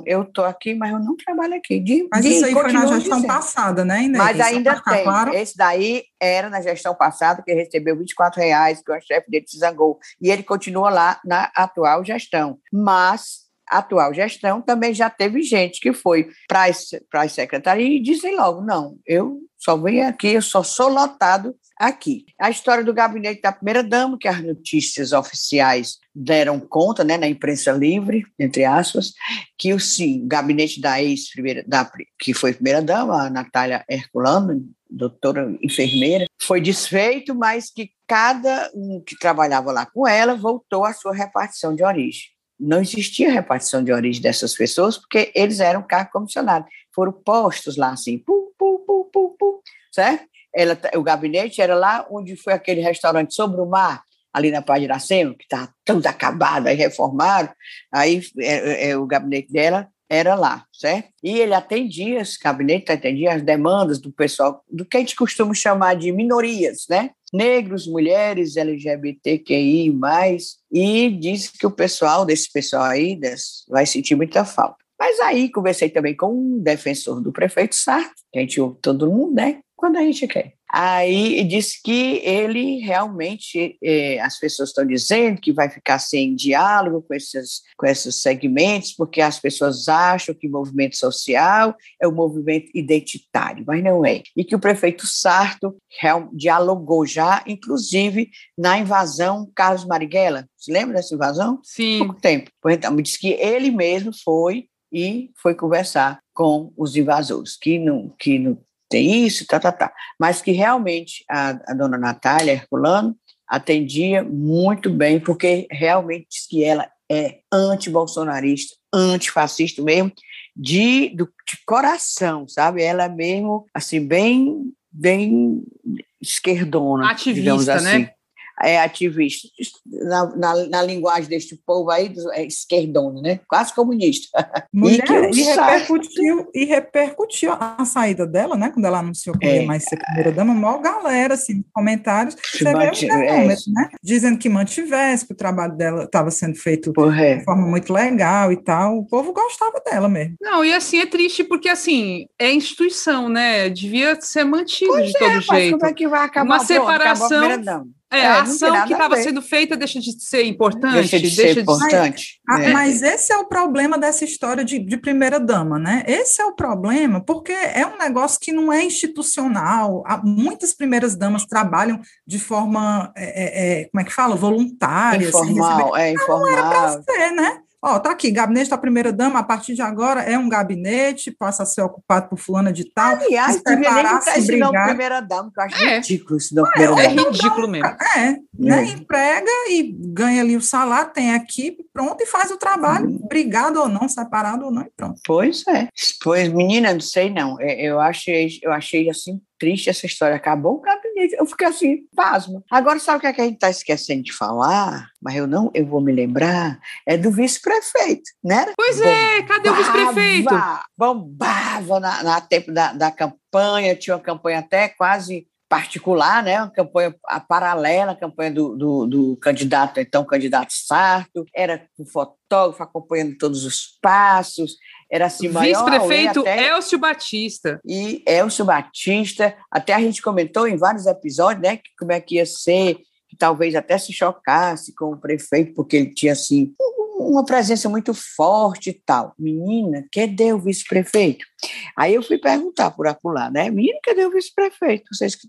eu estou aqui, mas eu não trabalho aqui. De, mas de, isso aí foi na gestão dizendo. passada, né, Inês? Mas ainda tem. Claro. Esse daí era na gestão passada, que ele recebeu vinte e quatro reais, que o chefe dele se zangou. E ele continua lá na atual gestão. Mas a atual gestão também já teve gente que foi para as secretarias e dizem logo, não, eu só venho aqui, eu só sou lotado aqui. A história do gabinete da primeira-dama, que as notícias oficiais deram conta, né, na imprensa livre, entre aspas, que o, sim, o gabinete da ex-primeira, da, que foi primeira-dama, a Natália Herculano, doutora enfermeira, foi desfeito, mas que cada um que trabalhava lá com ela voltou à sua repartição de origem. Não existia repartição de origem dessas pessoas, porque eles eram cargo comissionado. Foram postos lá assim, pum, pum, pum, pum, pum, certo? Ela, o gabinete era lá onde foi aquele restaurante Sobre o Mar, ali na Praia de Iracema, que estava tudo acabado, aí reformaram, aí é, é, o gabinete dela era lá, certo? E ele atendia, esse gabinete atendia as demandas do pessoal, do que a gente costuma chamar de minorias, né? Negros, mulheres, L G B T Q I mais, e disse que o pessoal, desse pessoal aí, desse, vai sentir muita falta. Mas aí conversei também com um defensor do prefeito Sarto, que a gente ouve todo mundo, né? Quando a gente quer. Aí disse que ele realmente, eh, as pessoas estão dizendo que vai ficar sem diálogo com esses, com esses segmentos, porque as pessoas acham que o movimento social é um movimento identitário, mas não é. E que o prefeito Sarto real, dialogou já, inclusive na invasão Carlos Marighella. Você lembra dessa invasão? Sim. Pouco tempo. Então, me disse que ele mesmo foi e foi conversar com os invasores, que não, que não tem isso, tá, tá, tá. Mas que realmente a, a dona Natália Herculano atendia muito bem, porque realmente diz que ela é anti-bolsonarista, antifascista mesmo, de, do, de coração, sabe? Ela é mesmo, assim, bem, bem esquerdona, ativista, digamos assim. Né? É ativista, na, na, na linguagem deste povo aí, é esquerdona, né? Quase comunista. Mulher, e, e, repercutiu, e repercutiu a saída dela, né? Quando ela anunciou que não ia mais ser primeira-dama, maior galera, assim, nos comentários, você vê o né? Dizendo que mantivesse, que o trabalho dela estava sendo feito de forma muito legal e tal. O povo gostava dela mesmo. Não, e assim, é triste porque, assim, é instituição, né? Devia ser mantido pois de todo é, jeito. Mas como é que vai acabar? Uma separação... É, é, a ação que estava sendo feita deixa de ser importante. Deixa de ser deixa importante. De... É. Mas esse é o problema dessa história de, de primeira-dama, né? Esse é o problema, porque é um negócio que não é institucional. Muitas primeiras-damas trabalham de forma, é, é, como é que fala? Voluntária. Informal, é informal. Não era para ser, né? Ó, tá aqui, gabinete da primeira-dama, a partir de agora é um gabinete, passa a ser ocupado por fulana de tal. Aliás, devia nem botar esse nome primeira-dama, que eu acho é. ridículo esse nome primeira-dama. É, é ridículo mesmo. É, é. Né? Emprega e ganha ali o salário, tem a equipe, pronto, e faz o trabalho, hum. brigado ou não, separado ou não, e pronto. Pois é. Pois, menina, não sei não, eu achei, eu achei assim, triste essa história, acabou o gabinete, eu fiquei assim, pasmo. Agora, sabe o que, é que a gente está esquecendo de falar? Mas eu não, eu vou me lembrar, é do vice-prefeito, né? Pois é, cadê o vice-prefeito? Bombava na, na tempo da, da campanha, tinha uma campanha até quase particular, né? Uma campanha a paralela, a campanha do, do, do candidato, então candidato Sarto, era com fotógrafo acompanhando todos os passos, era assim, vice-prefeito até... Elcio Batista. E Elcio Batista, até a gente comentou em vários episódios, né, que como é que ia ser, que talvez até se chocasse com o prefeito, porque ele tinha, assim, uma presença muito forte e tal. Menina, cadê o vice-prefeito? Aí eu fui perguntar por acolá, né? Menina, cadê o vice-prefeito? Vocês que...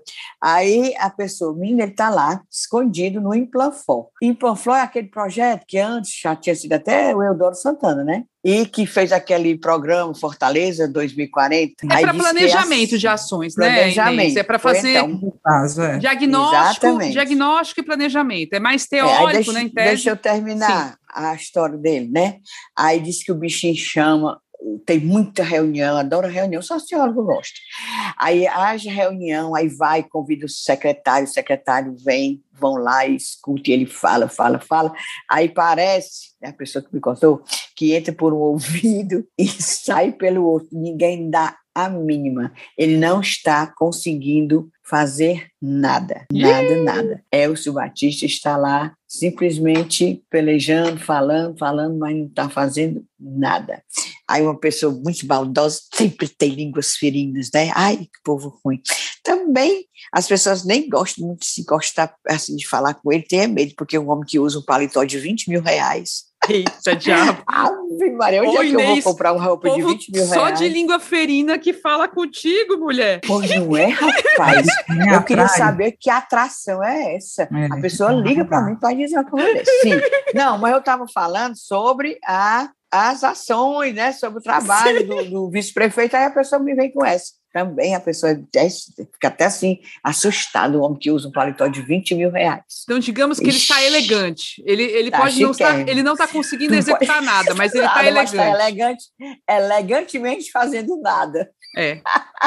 Aí a pessoa, menina, ele está lá, escondido no Implanfor. Implanfor é aquele projeto que antes já tinha sido até o Eudoro Santana, né? E que fez aquele programa Fortaleza dois mil e quarenta. É para planejamento assim, de ações, planejamento, né, Inês? É para fazer então, caso, é. diagnóstico, diagnóstico e planejamento. É mais teórico, é, deixa, né, em tese. Deixa eu terminar Sim. a história dele, né? Aí disse que o bichinho chama, tem muita reunião, adoro reunião, sociólogo gosta. Aí haja reunião, aí vai, convida o secretário, o secretário vem, vão lá e escuta, e ele fala, fala, fala. Aí parece, a pessoa que me contou, que entra por um ouvido e sai pelo outro. Ninguém dá a mínima. Ele não está conseguindo fazer nada, nada, nada. Elcio Batista está lá simplesmente pelejando, falando, falando, mas não está fazendo nada. Aí uma pessoa muito maldosa sempre tem línguas feridas, né? Ai, que povo ruim. Também as pessoas nem gostam muito de se gostar, assim, de falar com ele, tem medo, porque é um homem que usa um paletó de vinte mil reais. Eita, diabo. Ave Maria, onde Ô, é que Inês, eu vou comprar uma roupa de vinte mil reais? Só de língua ferina que fala contigo, mulher. Pois não é, rapaz? Eu queria saber que atração é essa. É, a pessoa liga para mim para dizer uma coisa dessa. Sim. Não, mas eu estava falando sobre a, as ações, né? Sobre o trabalho do, do vice-prefeito, aí a pessoa me vem com essa. Também a pessoa fica até assim, assustada, o homem que usa um paletó de vinte mil reais. Então, digamos que Ixi. ele está elegante. Ele, ele, tá pode não estar, ele não está conseguindo executar nada, mas ele está elegante. Está elegante. Elegantemente fazendo nada. É.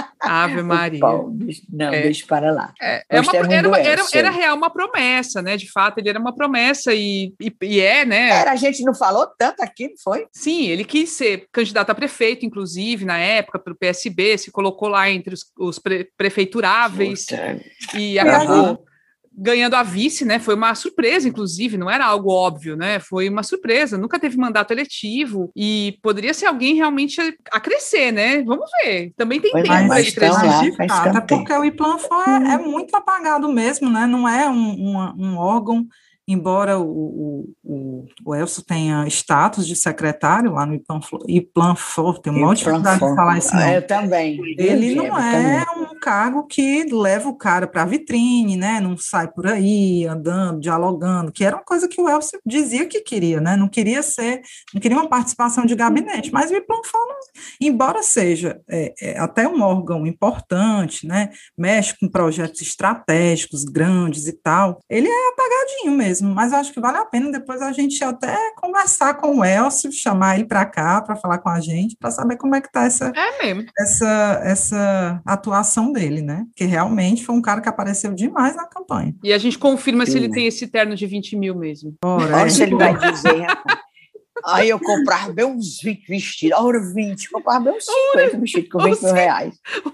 Ave Maria. Pau, não, é. deixa para lá. É, é uma, era, uma, era, era real uma promessa, né? De fato, ele era uma promessa e, e, e é, né? Era, a gente não falou tanto aqui, não foi? Sim, ele quis ser candidato a prefeito, inclusive, na época, pelo P S B, se colocou lá entre os, os pre, prefeituráveis Puta. e acabou uhum. ganhando a vice, né? Foi uma surpresa, inclusive, não era algo óbvio, né? Foi uma surpresa, nunca teve mandato eletivo e poderia ser alguém realmente a, a crescer, né? Vamos ver. Também tem tempo para ele crescer. Até porque o IPLANFOR é, é muito apagado mesmo, né? Não é um, um, um órgão, embora o, o, o Elcio tenha status de secretário lá no IPLANFOR, tem uma dificuldade de falar isso. Eu também. Ele não é um cargo que leva o cara para a vitrine, né? Não sai por aí andando, dialogando, que era uma coisa que o Elcio dizia que queria, né? Não queria ser, não queria uma participação de gabinete, mas o IPLANFOR, embora seja é, é, até um órgão importante, né? Mexe com projetos estratégicos grandes e tal, ele é apagadinho mesmo. Mas eu acho que vale a pena depois a gente até conversar com o Elcio, chamar ele para cá para falar com a gente, para saber como é que está essa, é mesmo. essa, essa atuação dele, né? Que realmente foi um cara que apareceu demais na campanha. E a gente confirma Sim. se ele tem esse terno de vinte mil mesmo. Ora, Olha é. se ele vai dizer, rapaz. Aí eu comprava bem uns vinte vestidos, ora vinte, comprava bem uns cinquenta vestidos com vinte mil reais.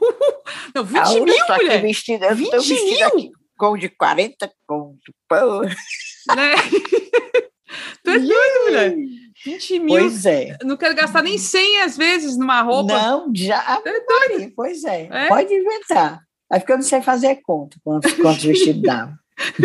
Não, vinte mil, mulher? Vestido, eu vinte mil? Aqui, com de quarenta conto, pô. Né? Tu é doido, mulher. vinte mil. Pois é. Não quero gastar nem cem às vezes numa roupa. Não, já. É doido. Pois é. é. Pode inventar. É porque eu não sei fazer conta quantos, quantos vestidos dá.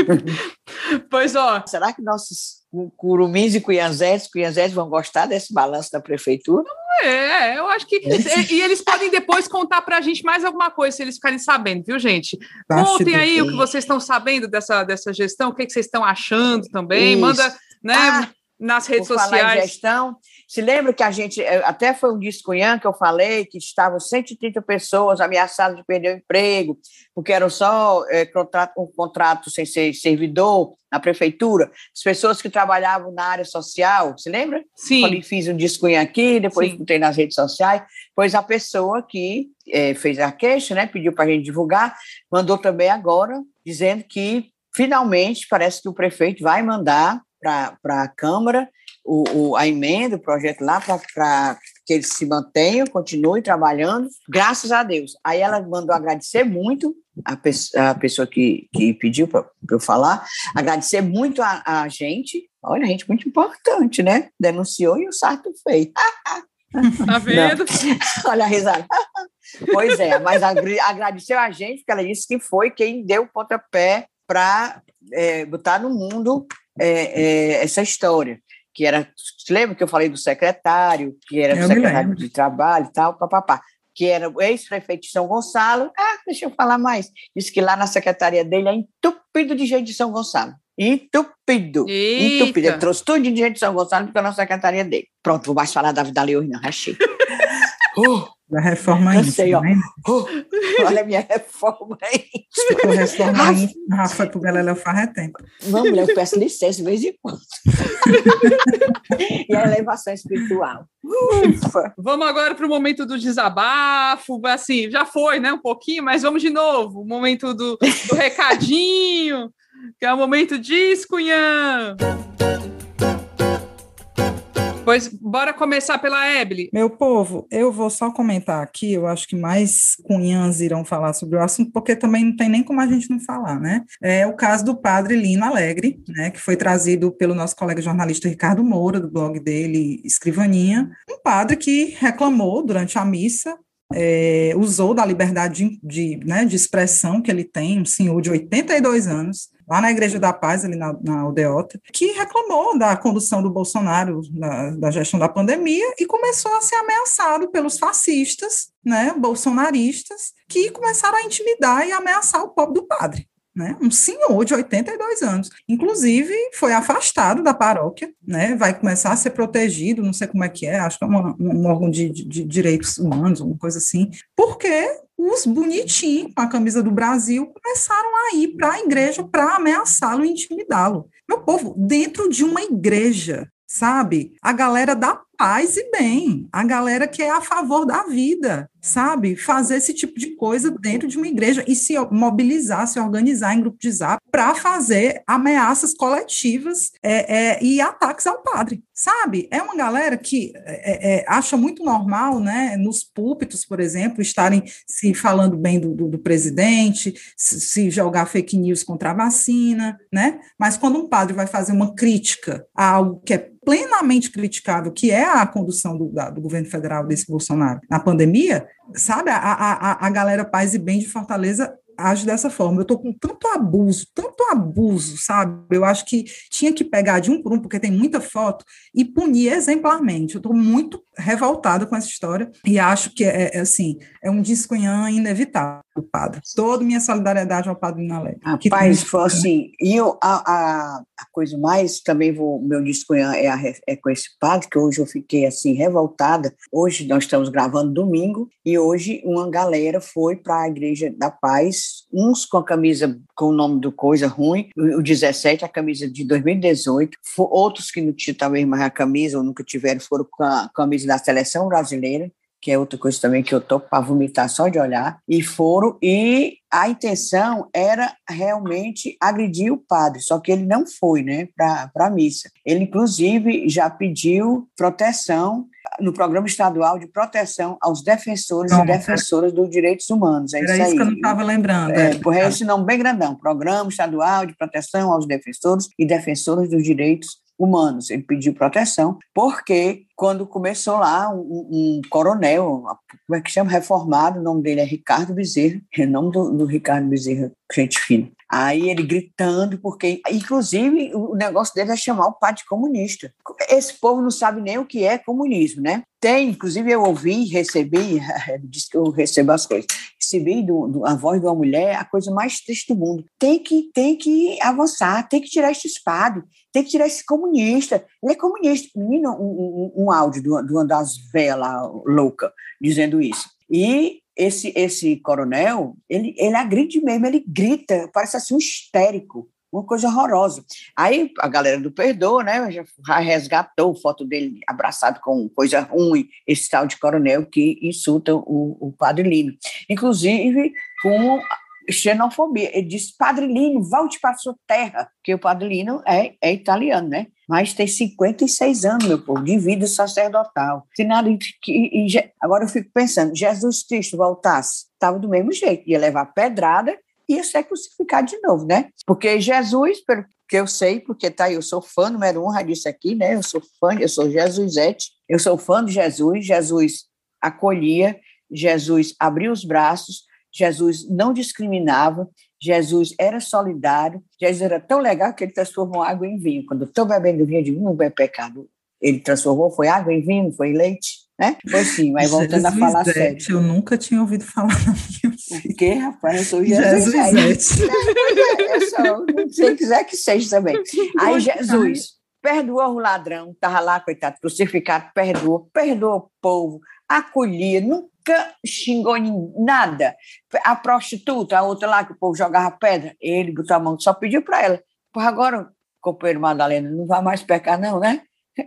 Pois, ó. Será que nossos curumins e cunhanzetes, cunhanzetes vão gostar desse balanço da prefeitura? É, eu acho que... e, e eles podem depois contar pra gente mais alguma coisa, se eles ficarem sabendo, viu, gente? Contem aí o que vocês estão sabendo dessa, dessa gestão, o que, que vocês estão achando também. Isso. Manda, né, ah, nas redes por sociais. Falar em gestão, se lembra que a gente... Até foi um discunhã que eu falei que estavam cento e trinta pessoas ameaçadas de perder o emprego, porque eram só é, contrato, um contrato sem ser servidor na prefeitura, as pessoas que trabalhavam na área social, se lembra? Sim. Falei, fiz um discunhã aqui, depois botei nas redes sociais, pois a pessoa que é, fez a queixa, né, pediu para a gente divulgar, mandou também agora, dizendo que, finalmente, parece que o prefeito vai mandar para a Câmara o, o, a emenda, o projeto lá, para que eles se mantenham, continuem trabalhando, graças a Deus. Aí ela mandou agradecer muito a, pe a pessoa que, que pediu para eu falar, agradecer muito a, a gente, olha, gente muito importante, né? Denunciou e o Sarto fez. Tá vendo? Não. Olha a risada. Pois é, mas agradeceu a gente, porque ela disse que foi quem deu o pontapé para é, botar no mundo é, é, essa história. Que era, você lembra que eu falei do secretário, que era o secretário de trabalho e tal, papapá, que era o ex-prefeito de São Gonçalo. Ah, deixa eu falar mais. Disse que lá na secretaria dele é entupido de gente de São Gonçalo. Entupido. Eita. Entupido. Ele trouxe tudo de gente de São Gonçalo porque na secretaria dele. Pronto, vou mais falar da vida ali hoje, não, achei. Uh, da reforma íntima, né? Uh, olha a minha reforma íntima. A reforma íntima, Rafa, foi pro Beleléu faz tempo. Não, mulher, eu peço licença de vez em quando. E a elevação espiritual. Ufa. Vamos agora para o momento do desabafo, assim, já foi, né, um pouquinho, mas vamos de novo, o momento do, do recadinho, que é o momento de Cunhã. Pois bora começar pela Ébili. Meu povo, eu vou só comentar aqui, eu acho que mais cunhãs irão falar sobre o assunto, porque também não tem nem como a gente não falar, né? É o caso do padre Lino Alegre, né, que foi trazido pelo nosso colega jornalista Ricardo Moura, do blog dele, Escrivaninha, um padre que reclamou durante a missa, É, usou da liberdade de, de, né, de expressão que ele tem, um senhor de oitenta e dois anos, lá na Igreja da Paz, ali na, na Aldeota, que reclamou da condução do Bolsonaro, na, da gestão da pandemia, e começou a ser ameaçado pelos fascistas, né, bolsonaristas, que começaram a intimidar e ameaçar o pobre do padre. Né, um senhor de oitenta e dois anos, inclusive foi afastado da paróquia, né, vai começar a ser protegido, não sei como é que é, acho que é uma, um órgão de, de, de direitos humanos, alguma coisa assim, porque os bonitinhos, com a camisa do Brasil, começaram a ir para a igreja para ameaçá-lo e intimidá-lo. Meu povo, dentro de uma igreja, sabe? A galera da paz e bem, a galera que é a favor da vida, sabe? Fazer esse tipo de coisa dentro de uma igreja e se mobilizar, se organizar em grupo de zap para fazer ameaças coletivas é, é, e ataques ao padre, sabe? É uma galera que é, é, acha muito normal, né, nos púlpitos, por exemplo, estarem se falando bem do, do, do presidente, se, se jogar fake news contra a vacina, né? Mas quando um padre vai fazer uma crítica a algo que é plenamente criticável, que é a condução do, da, do governo federal desse Bolsonaro na pandemia, sabe, a, a, a galera paz e bem de Fortaleza age dessa forma. Eu estou com tanto abuso, tanto abuso, sabe? Eu acho que tinha que pegar de um por um, porque tem muita foto, e punir exemplarmente. Eu estou muito revoltada com essa história e acho que é, é assim, é um descunhã inevitável, padre. Toda minha solidariedade ao padre Lino Alegre. Rapaz, foi assim, e eu, a, a, a coisa mais, também vou, meu descunhã é, a, é com esse padre, que hoje eu fiquei assim, revoltada. Hoje nós estamos gravando domingo, e hoje uma galera foi para a Igreja da Paz, uns com a camisa com o nome do Coisa Ruim, o dezessete, a camisa de dois mil e dezoito, outros que não tinham talvez mais a camisa, ou nunca tiveram, foram com a camisa da Seleção Brasileira, que é outra coisa também que eu tô para vomitar só de olhar, e foram, e a intenção era realmente agredir o padre, só que ele não foi, né, para a missa. Ele, inclusive, já pediu proteção no Programa Estadual de Proteção aos defensores não, e defensoras dos direitos humanos. É era isso, isso aí. que eu não estava lembrando. É, é, por esse nome bem grandão, Programa Estadual de Proteção aos Defensores e Defensoras dos Direitos Humanos. Ele pediu proteção, porque quando começou lá um, um coronel, como é que chama, reformado, o nome dele é Ricardo Bezerra, é o nome do, do Ricardo Bezerra, gente fina. Aí ele gritando, porque, inclusive, o negócio dele é chamar o padre de comunista. Esse povo não sabe nem o que é comunismo, né? Tem, inclusive, eu ouvi, recebi, ele disse que eu recebo as coisas, recebi do, do, a voz de uma mulher, a coisa mais triste do mundo. Tem que, tem que avançar, tem que tirar esse padre, tem que tirar esse comunista. Ele é comunista. Menino, um, um, um áudio de uma, de uma das velhas lá, louca, dizendo isso. E esse, esse coronel, ele, ele agride mesmo, ele grita, parece assim um histérico, uma coisa horrorosa. Aí a galera do Perdoa, né, já resgatou foto dele abraçado com coisa ruim, esse tal de coronel que insulta o, o padre Lino. Inclusive com xenofobia. Ele disse, padre Lino, volte para a sua terra, porque o padre Lino é, é italiano, né? Mas tem cinquenta e seis anos, meu povo, de vida sacerdotal. Tem nada que, e, agora eu fico pensando, Jesus Cristo voltasse, estava do mesmo jeito, ia levar pedrada, ia ser crucificado de novo, né? Porque Jesus, pelo que eu sei, porque tá, eu sou fã número um, já disse aqui, né? Eu sou fã, eu sou Jesusete, eu sou fã de Jesus, Jesus acolhia, Jesus abriu os braços, Jesus não discriminava, Jesus era solidário, Jesus era tão legal que ele transformou água em vinho. Quando eu estou bebendo vinho, eu digo, não é pecado. Ele transformou, foi água em vinho, foi leite, né? Foi sim, mas voltando Jesus a falar Zete, sério. Eu nunca tinha ouvido falar na minha vida. O quê, rapaz? Eu sou Jesus. Jesus é, eu sou, se quiser que seja também. Aí Jesus perdoou o ladrão, estava lá, coitado, crucificado, perdoou, perdoou o povo, acolhia, nunca xingou nada. A prostituta, a outra lá que o povo jogava pedra, ele botou a mão, só pediu para ela. Por agora, companheiro Madalena, não vai mais pecar não, né?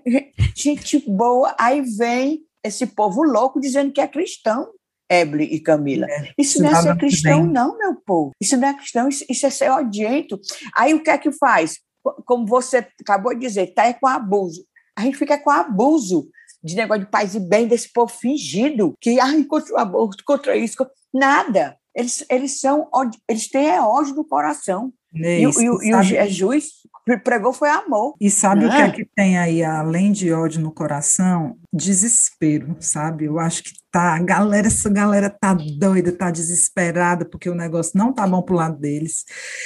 Gente boa, aí vem esse povo louco dizendo que é cristão, Ébili e Camila. É, isso não é ser cristão bem. Não, meu povo. Isso não é cristão, isso, isso é ser odiento. Aí o que é que faz? Como você acabou de dizer, está com abuso. A gente fica com abuso de negócio de paz e bem desse povo fingido, que ai, contra o aborto, contra isso, contra... nada. Eles, eles são, eles têm é ódio no coração. É e, isso, e, e, e o Jesus pregou foi amor. E sabe Não o que é? é que tem aí, além de ódio no coração? Desespero, sabe? Eu acho que tá, a galera, essa galera tá doida, tá desesperada, porque o negócio não tá bom pro lado deles.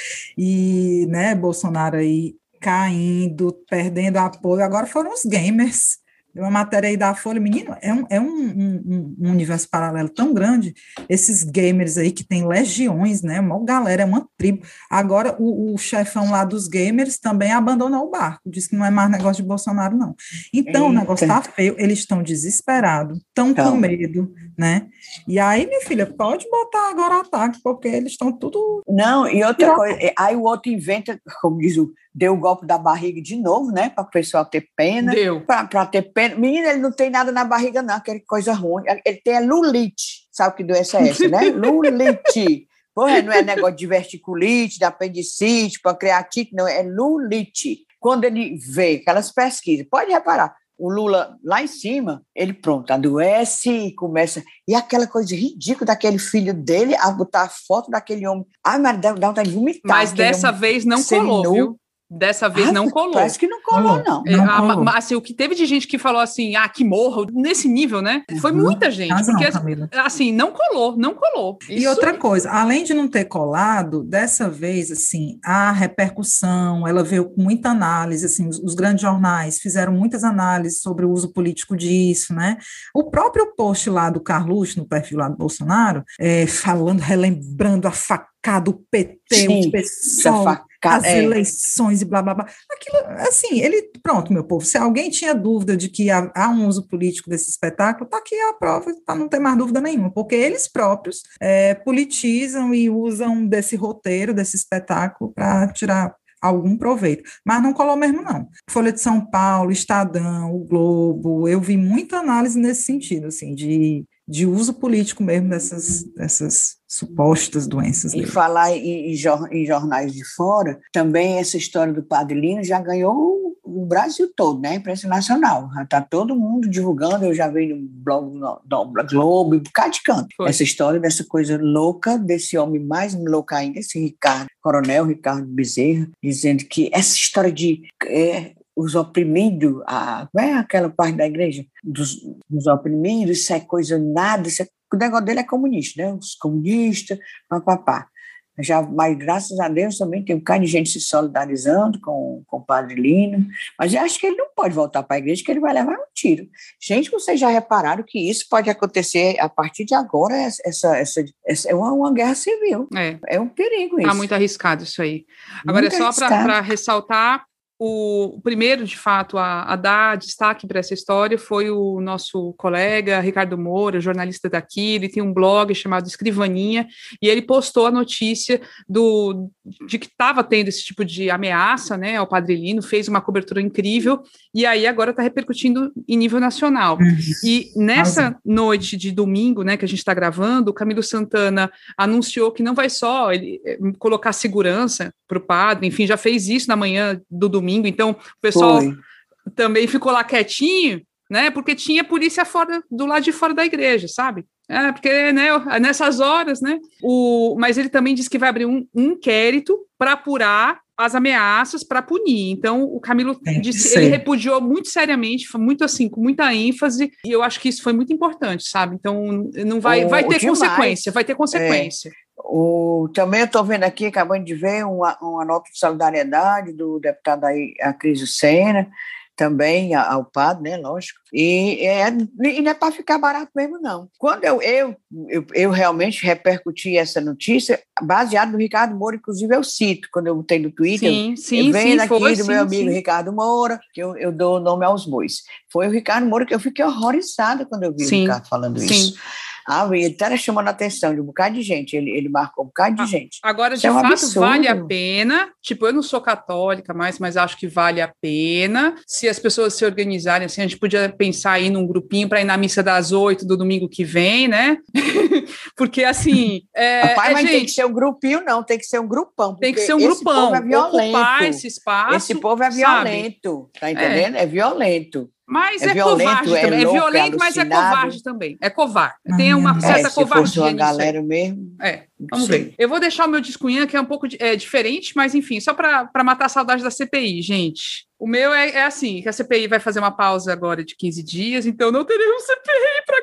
E, né, Bolsonaro aí caindo, perdendo apoio. Agora foram os gamers. Uma matéria aí da Folha, menino, é um, é um, um, um universo paralelo tão grande, esses gamers aí que tem legiões, né, uma galera, é uma tribo. Agora o, o chefão lá dos gamers também abandonou o barco, disse que não é mais negócio de Bolsonaro, não. Então, Eita. O negócio tá feio, eles estão desesperados, estão com medo, né, e aí, minha filha, pode botar agora ataque, porque eles estão tudo... Não, e outra coisa, aí o outro inventa, como diz o deu o golpe da barriga de novo, né? Para o pessoal ter pena. Deu. Para ter pena. Menina, ele não tem nada na barriga, não, aquela coisa ruim. Ele tem a lulite. Sabe que doença é essa, né? Lulite. Porra, não é negócio de diverticulite, de apendicite, pancreatite, não, é lulite. Quando ele vê aquelas pesquisas, pode reparar, o Lula lá em cima, ele pronto, adoece e começa... E aquela coisa ridícula daquele filho dele, a botar a foto daquele homem. Ai, mas dá, dá vontade de vomitar. Mas dessa vez não colou, viu? Dessa vez ah, não colou. Parece que não colou, não. É, não a, colou. Assim, o que teve de gente que falou assim, ah, que morra, nesse nível, né? Foi uhum. muita gente. Razão, porque, Camila. assim, não colou, não colou. Isso... E outra coisa, além de não ter colado, dessa vez, assim, a repercussão, ela veio com muita análise, assim, os, os grandes jornais fizeram muitas análises sobre o uso político disso, né? O próprio post lá do Carluxo, no perfil lá do Bolsonaro, é, falando, relembrando a facada do P T, Sim, o pessoal, as é. eleições e blá, blá, blá. Aquilo, assim, ele, pronto, meu povo, se alguém tinha dúvida de que há, há um uso político desse espetáculo, tá aqui a prova, para não ter mais dúvida nenhuma, porque eles próprios é, politizam e usam desse roteiro, desse espetáculo, para tirar algum proveito, mas não colou mesmo não. Folha de São Paulo, Estadão, o Globo, eu vi muita análise nesse sentido, assim, de, de uso político mesmo dessas, dessas supostas doenças. E dele. falar em, em, jor, em jornais de fora, também essa história do Padre Lino já ganhou o Brasil todo, né? A imprensa nacional. Já está todo mundo divulgando, eu já vi no blog no, no Globo, um bocado de canto. Foi. Essa história dessa coisa louca, desse homem mais louco ainda, esse Ricardo, Coronel Ricardo Bezerra, dizendo que essa história de... É, os oprimidos, a, não é aquela parte da igreja, dos, dos oprimidos, isso é coisa nada, isso é, o negócio dele é comunista, né? Os comunistas, papapá. Já, mas graças a Deus também tem um bocado de gente se solidarizando com, com o Padre Lino, mas eu acho que ele não pode voltar para a igreja, que ele vai levar um tiro. Gente, vocês já repararam que isso pode acontecer a partir de agora, essa, essa, essa é uma, uma guerra civil, é, é um perigo isso. Está muito arriscado isso aí. Agora muito é só para ressaltar, o primeiro, de fato, a, a dar destaque para essa história foi o nosso colega Ricardo Moura, jornalista daqui. Ele tem um blog chamado Escrivaninha, e ele postou a notícia do, de que estava tendo esse tipo de ameaça, né, ao Padre Lino, fez uma cobertura incrível, e aí agora está repercutindo em nível nacional. Uhum. E nessa uhum. noite de domingo, né, que a gente está gravando, o Camilo Santana anunciou que não vai só ele, colocar segurança para o padre, enfim, já fez isso na manhã do domingo, então o pessoal Foi. também ficou lá quietinho, né, porque tinha polícia fora, do lado de fora da igreja, sabe? É, porque, né, nessas horas, né, o, mas ele também disse que vai abrir um, um inquérito para apurar as ameaças, para punir. Então, o Camilo é, disse, ele repudiou muito seriamente, foi muito assim, com muita ênfase, e eu acho que isso foi muito importante, sabe? Então, não vai, o, vai ter demais. consequência, vai ter consequência. É. O, também eu estou vendo aqui, acabando de ver, uma, uma nota de solidariedade do deputado aí, Acrisio Sena, também ao padre, né, lógico, e, é, e não é para ficar barato mesmo, não. Quando eu, eu, eu, eu realmente repercuti essa notícia, baseado no Ricardo Moura, inclusive eu cito, quando eu botei no Twitter, sim, eu, sim, eu venho sim, aqui foi, do sim, meu amigo sim. Ricardo Moura, que eu, eu dou o nome aos bois. Foi o Ricardo Moura que eu fiquei horrorizada quando eu vi sim, o Ricardo falando sim. isso. Ah, ele está chamando a atenção de um bocado de gente, ele, ele marcou um bocado de Ah, gente. Agora, Isso de é um fato, absurdo. vale a pena. Tipo, eu não sou católica mais, mas acho que vale a pena. Se as pessoas se organizarem, assim, a gente podia pensar aí num grupinho para ir na missa das oito do domingo que vem, né? Porque, assim... É, Rapaz, é, mas gente, tem que ser um grupinho, não, tem que ser um grupão. tem que ser um esse grupão. Povo é violento. Ocupar esse espaço, Esse povo é sabe? violento, tá entendendo? É, é violento. Mas É é, violento, covarde é também. É louco, é violento, mas é alucinado. covarde também. É covarde. Tem Ah, uma é, certa É, se fosse covardia uma nisso aí. galera mesmo. É, não vamos sei. ver. Eu vou deixar o meu discunhã, que é um pouco é, diferente, mas enfim, só para matar a saudade da C P I, gente. O meu é, é assim, que a C P I vai fazer uma pausa agora de quinze dias, então não teremos C P I para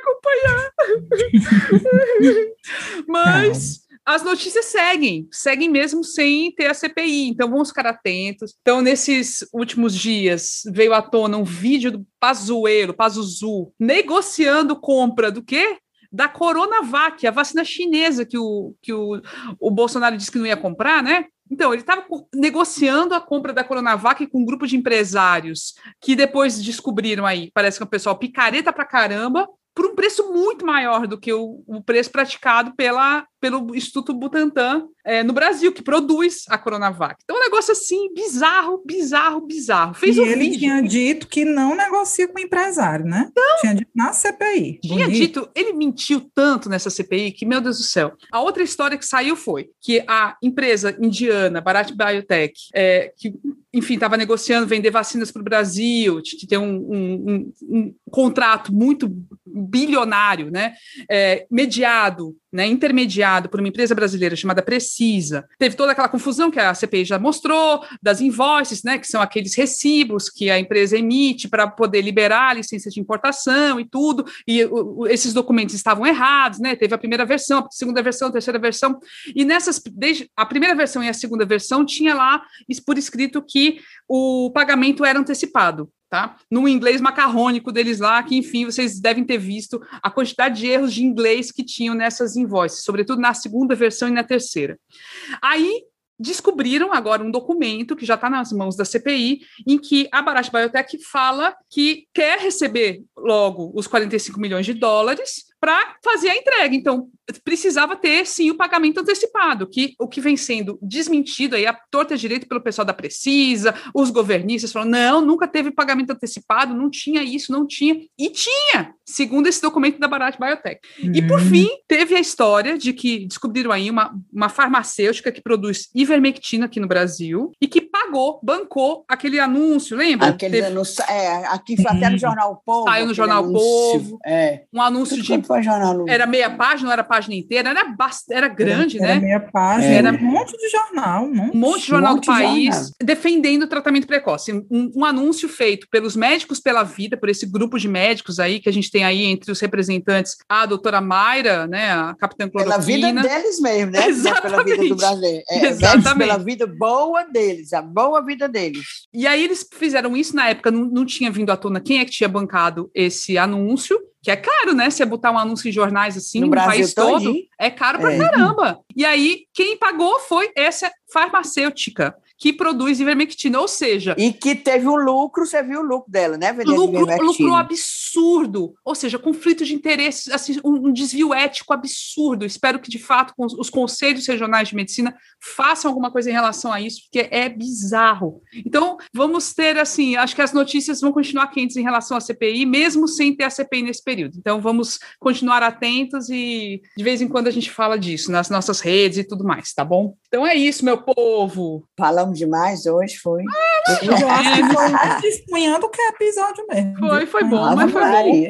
acompanhar. Mas... as notícias seguem, seguem mesmo sem ter a C P I, então vamos ficar atentos. Então, nesses últimos dias, veio à tona um vídeo do Pazuello, Pazuzu, negociando compra do quê? Da Coronavac, a vacina chinesa que o, que o, o Bolsonaro disse que não ia comprar, né? Então, ele estava negociando a compra da Coronavac com um grupo de empresários que depois descobriram aí, parece que é um pessoal picareta pra caramba, por um preço muito maior do que o, o preço praticado pela, pelo Instituto Butantan é, no Brasil, que produz a Coronavac. Então, um negócio assim, bizarro, bizarro, bizarro. Fez e um ele vídeo. tinha dito que não negocia com o empresário, né? Não. Tinha dito na C P I. Tinha Bonito. dito, ele mentiu tanto nessa C P I que, meu Deus do céu. A outra história que saiu foi que a empresa indiana, Bharat Biotech, é, que... enfim, estava negociando vender vacinas para o Brasil, que tem um, um, um, um contrato muito bilionário, né, é, mediado, né, intermediado por uma empresa brasileira chamada Precisa. Teve toda aquela confusão que a C P I já mostrou, das invoices, né, que são aqueles recibos que a empresa emite para poder liberar a licença de importação e tudo, e o, o, esses documentos estavam errados, né, teve a primeira versão, a segunda versão, a terceira versão, e nessas, desde a primeira versão e a segunda versão, tinha lá por escrito que o pagamento era antecipado, tá? No inglês macarrônico deles lá, que, enfim, vocês devem ter visto a quantidade de erros de inglês que tinham nessas invoices, sobretudo na segunda versão e na terceira. Aí, descobriram agora um documento que já está nas mãos da C P I, em que a Bharat Biotech fala que quer receber logo os quarenta e cinco milhões de dólares para fazer a entrega. Então, precisava ter, sim, o pagamento antecipado, que o que vem sendo desmentido aí, a torta direito pelo pessoal da Precisa, os governistas falam, não, nunca teve pagamento antecipado, não tinha isso, não tinha. E tinha, segundo esse documento da Bharat Biotech. Uhum. E, por fim, teve a história de que descobriram aí uma, uma farmacêutica que produz ivermectina aqui no Brasil e que pagou, bancou aquele anúncio, lembra? Aquele teve... anúncio, é, aqui foi até no Jornal Povo. Saiu no Jornal anúncio, Povo. É. Um anúncio de... Jornal... Era meia página, não era página inteira, era, bast... era grande, era, né? Era meia página, é. era um monte de jornal. Um monte, um monte de jornal monte do país jornal. defendendo o tratamento precoce. Um, um anúncio feito pelos Médicos pela Vida, por esse grupo de médicos aí, que a gente tem aí entre os representantes, a doutora Mayra, né, a capitã Cloroquina. Pela vida deles mesmo, né? Exatamente. Pela vida do Brasil. É, Exatamente. Pela vida boa deles, a boa vida deles. E aí eles fizeram isso na época, não, não tinha vindo à tona quem é que tinha bancado esse anúncio, que é caro, né? Você botar um anúncio em jornais assim, no, no país todo, todinho. É caro pra é. caramba. E aí, quem pagou foi essa farmacêutica que produz ivermectina, ou seja... E que teve um lucro, você viu o lucro dela, né? Lucro, lucro absurdo, ou seja, conflito de interesses, assim, um, um desvio ético absurdo. Espero que, de fato, os conselhos regionais de medicina façam alguma coisa em relação a isso, porque é bizarro. Então, vamos ter, assim, acho que as notícias vão continuar quentes em relação à C P I, mesmo sem ter a C P I nesse período. Então, vamos continuar atentos e, de vez em quando, a gente fala disso nas nossas redes e tudo mais, tá bom? Então, é isso, meu povo. Falamos demais hoje, foi. Ah, eu acho que foi mais testemunhando que é episódio mesmo. Foi, foi bom, ah, mas foi bom.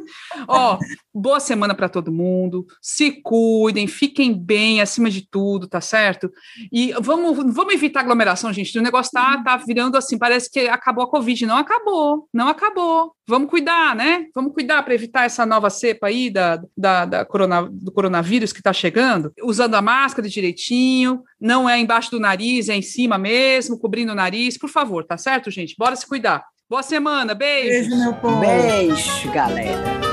Ó, boa semana para todo mundo. Se cuidem, fiquem bem, acima de tudo, tá certo? E vamos, vamos evitar aglomeração, gente. O negócio tá, tá virando assim, parece que acabou a Covid. Não acabou, não acabou. Vamos cuidar, né? Vamos cuidar para evitar essa nova cepa aí da, da, da corona, do coronavírus que tá chegando. Usando a máscara direitinho, não é embaixo do nariz, é em cima mesmo, cobrindo o nariz. Por favor, tá certo, gente? Bora se cuidar. Boa semana, beijo. Beijo, meu povo. Beijo, galera.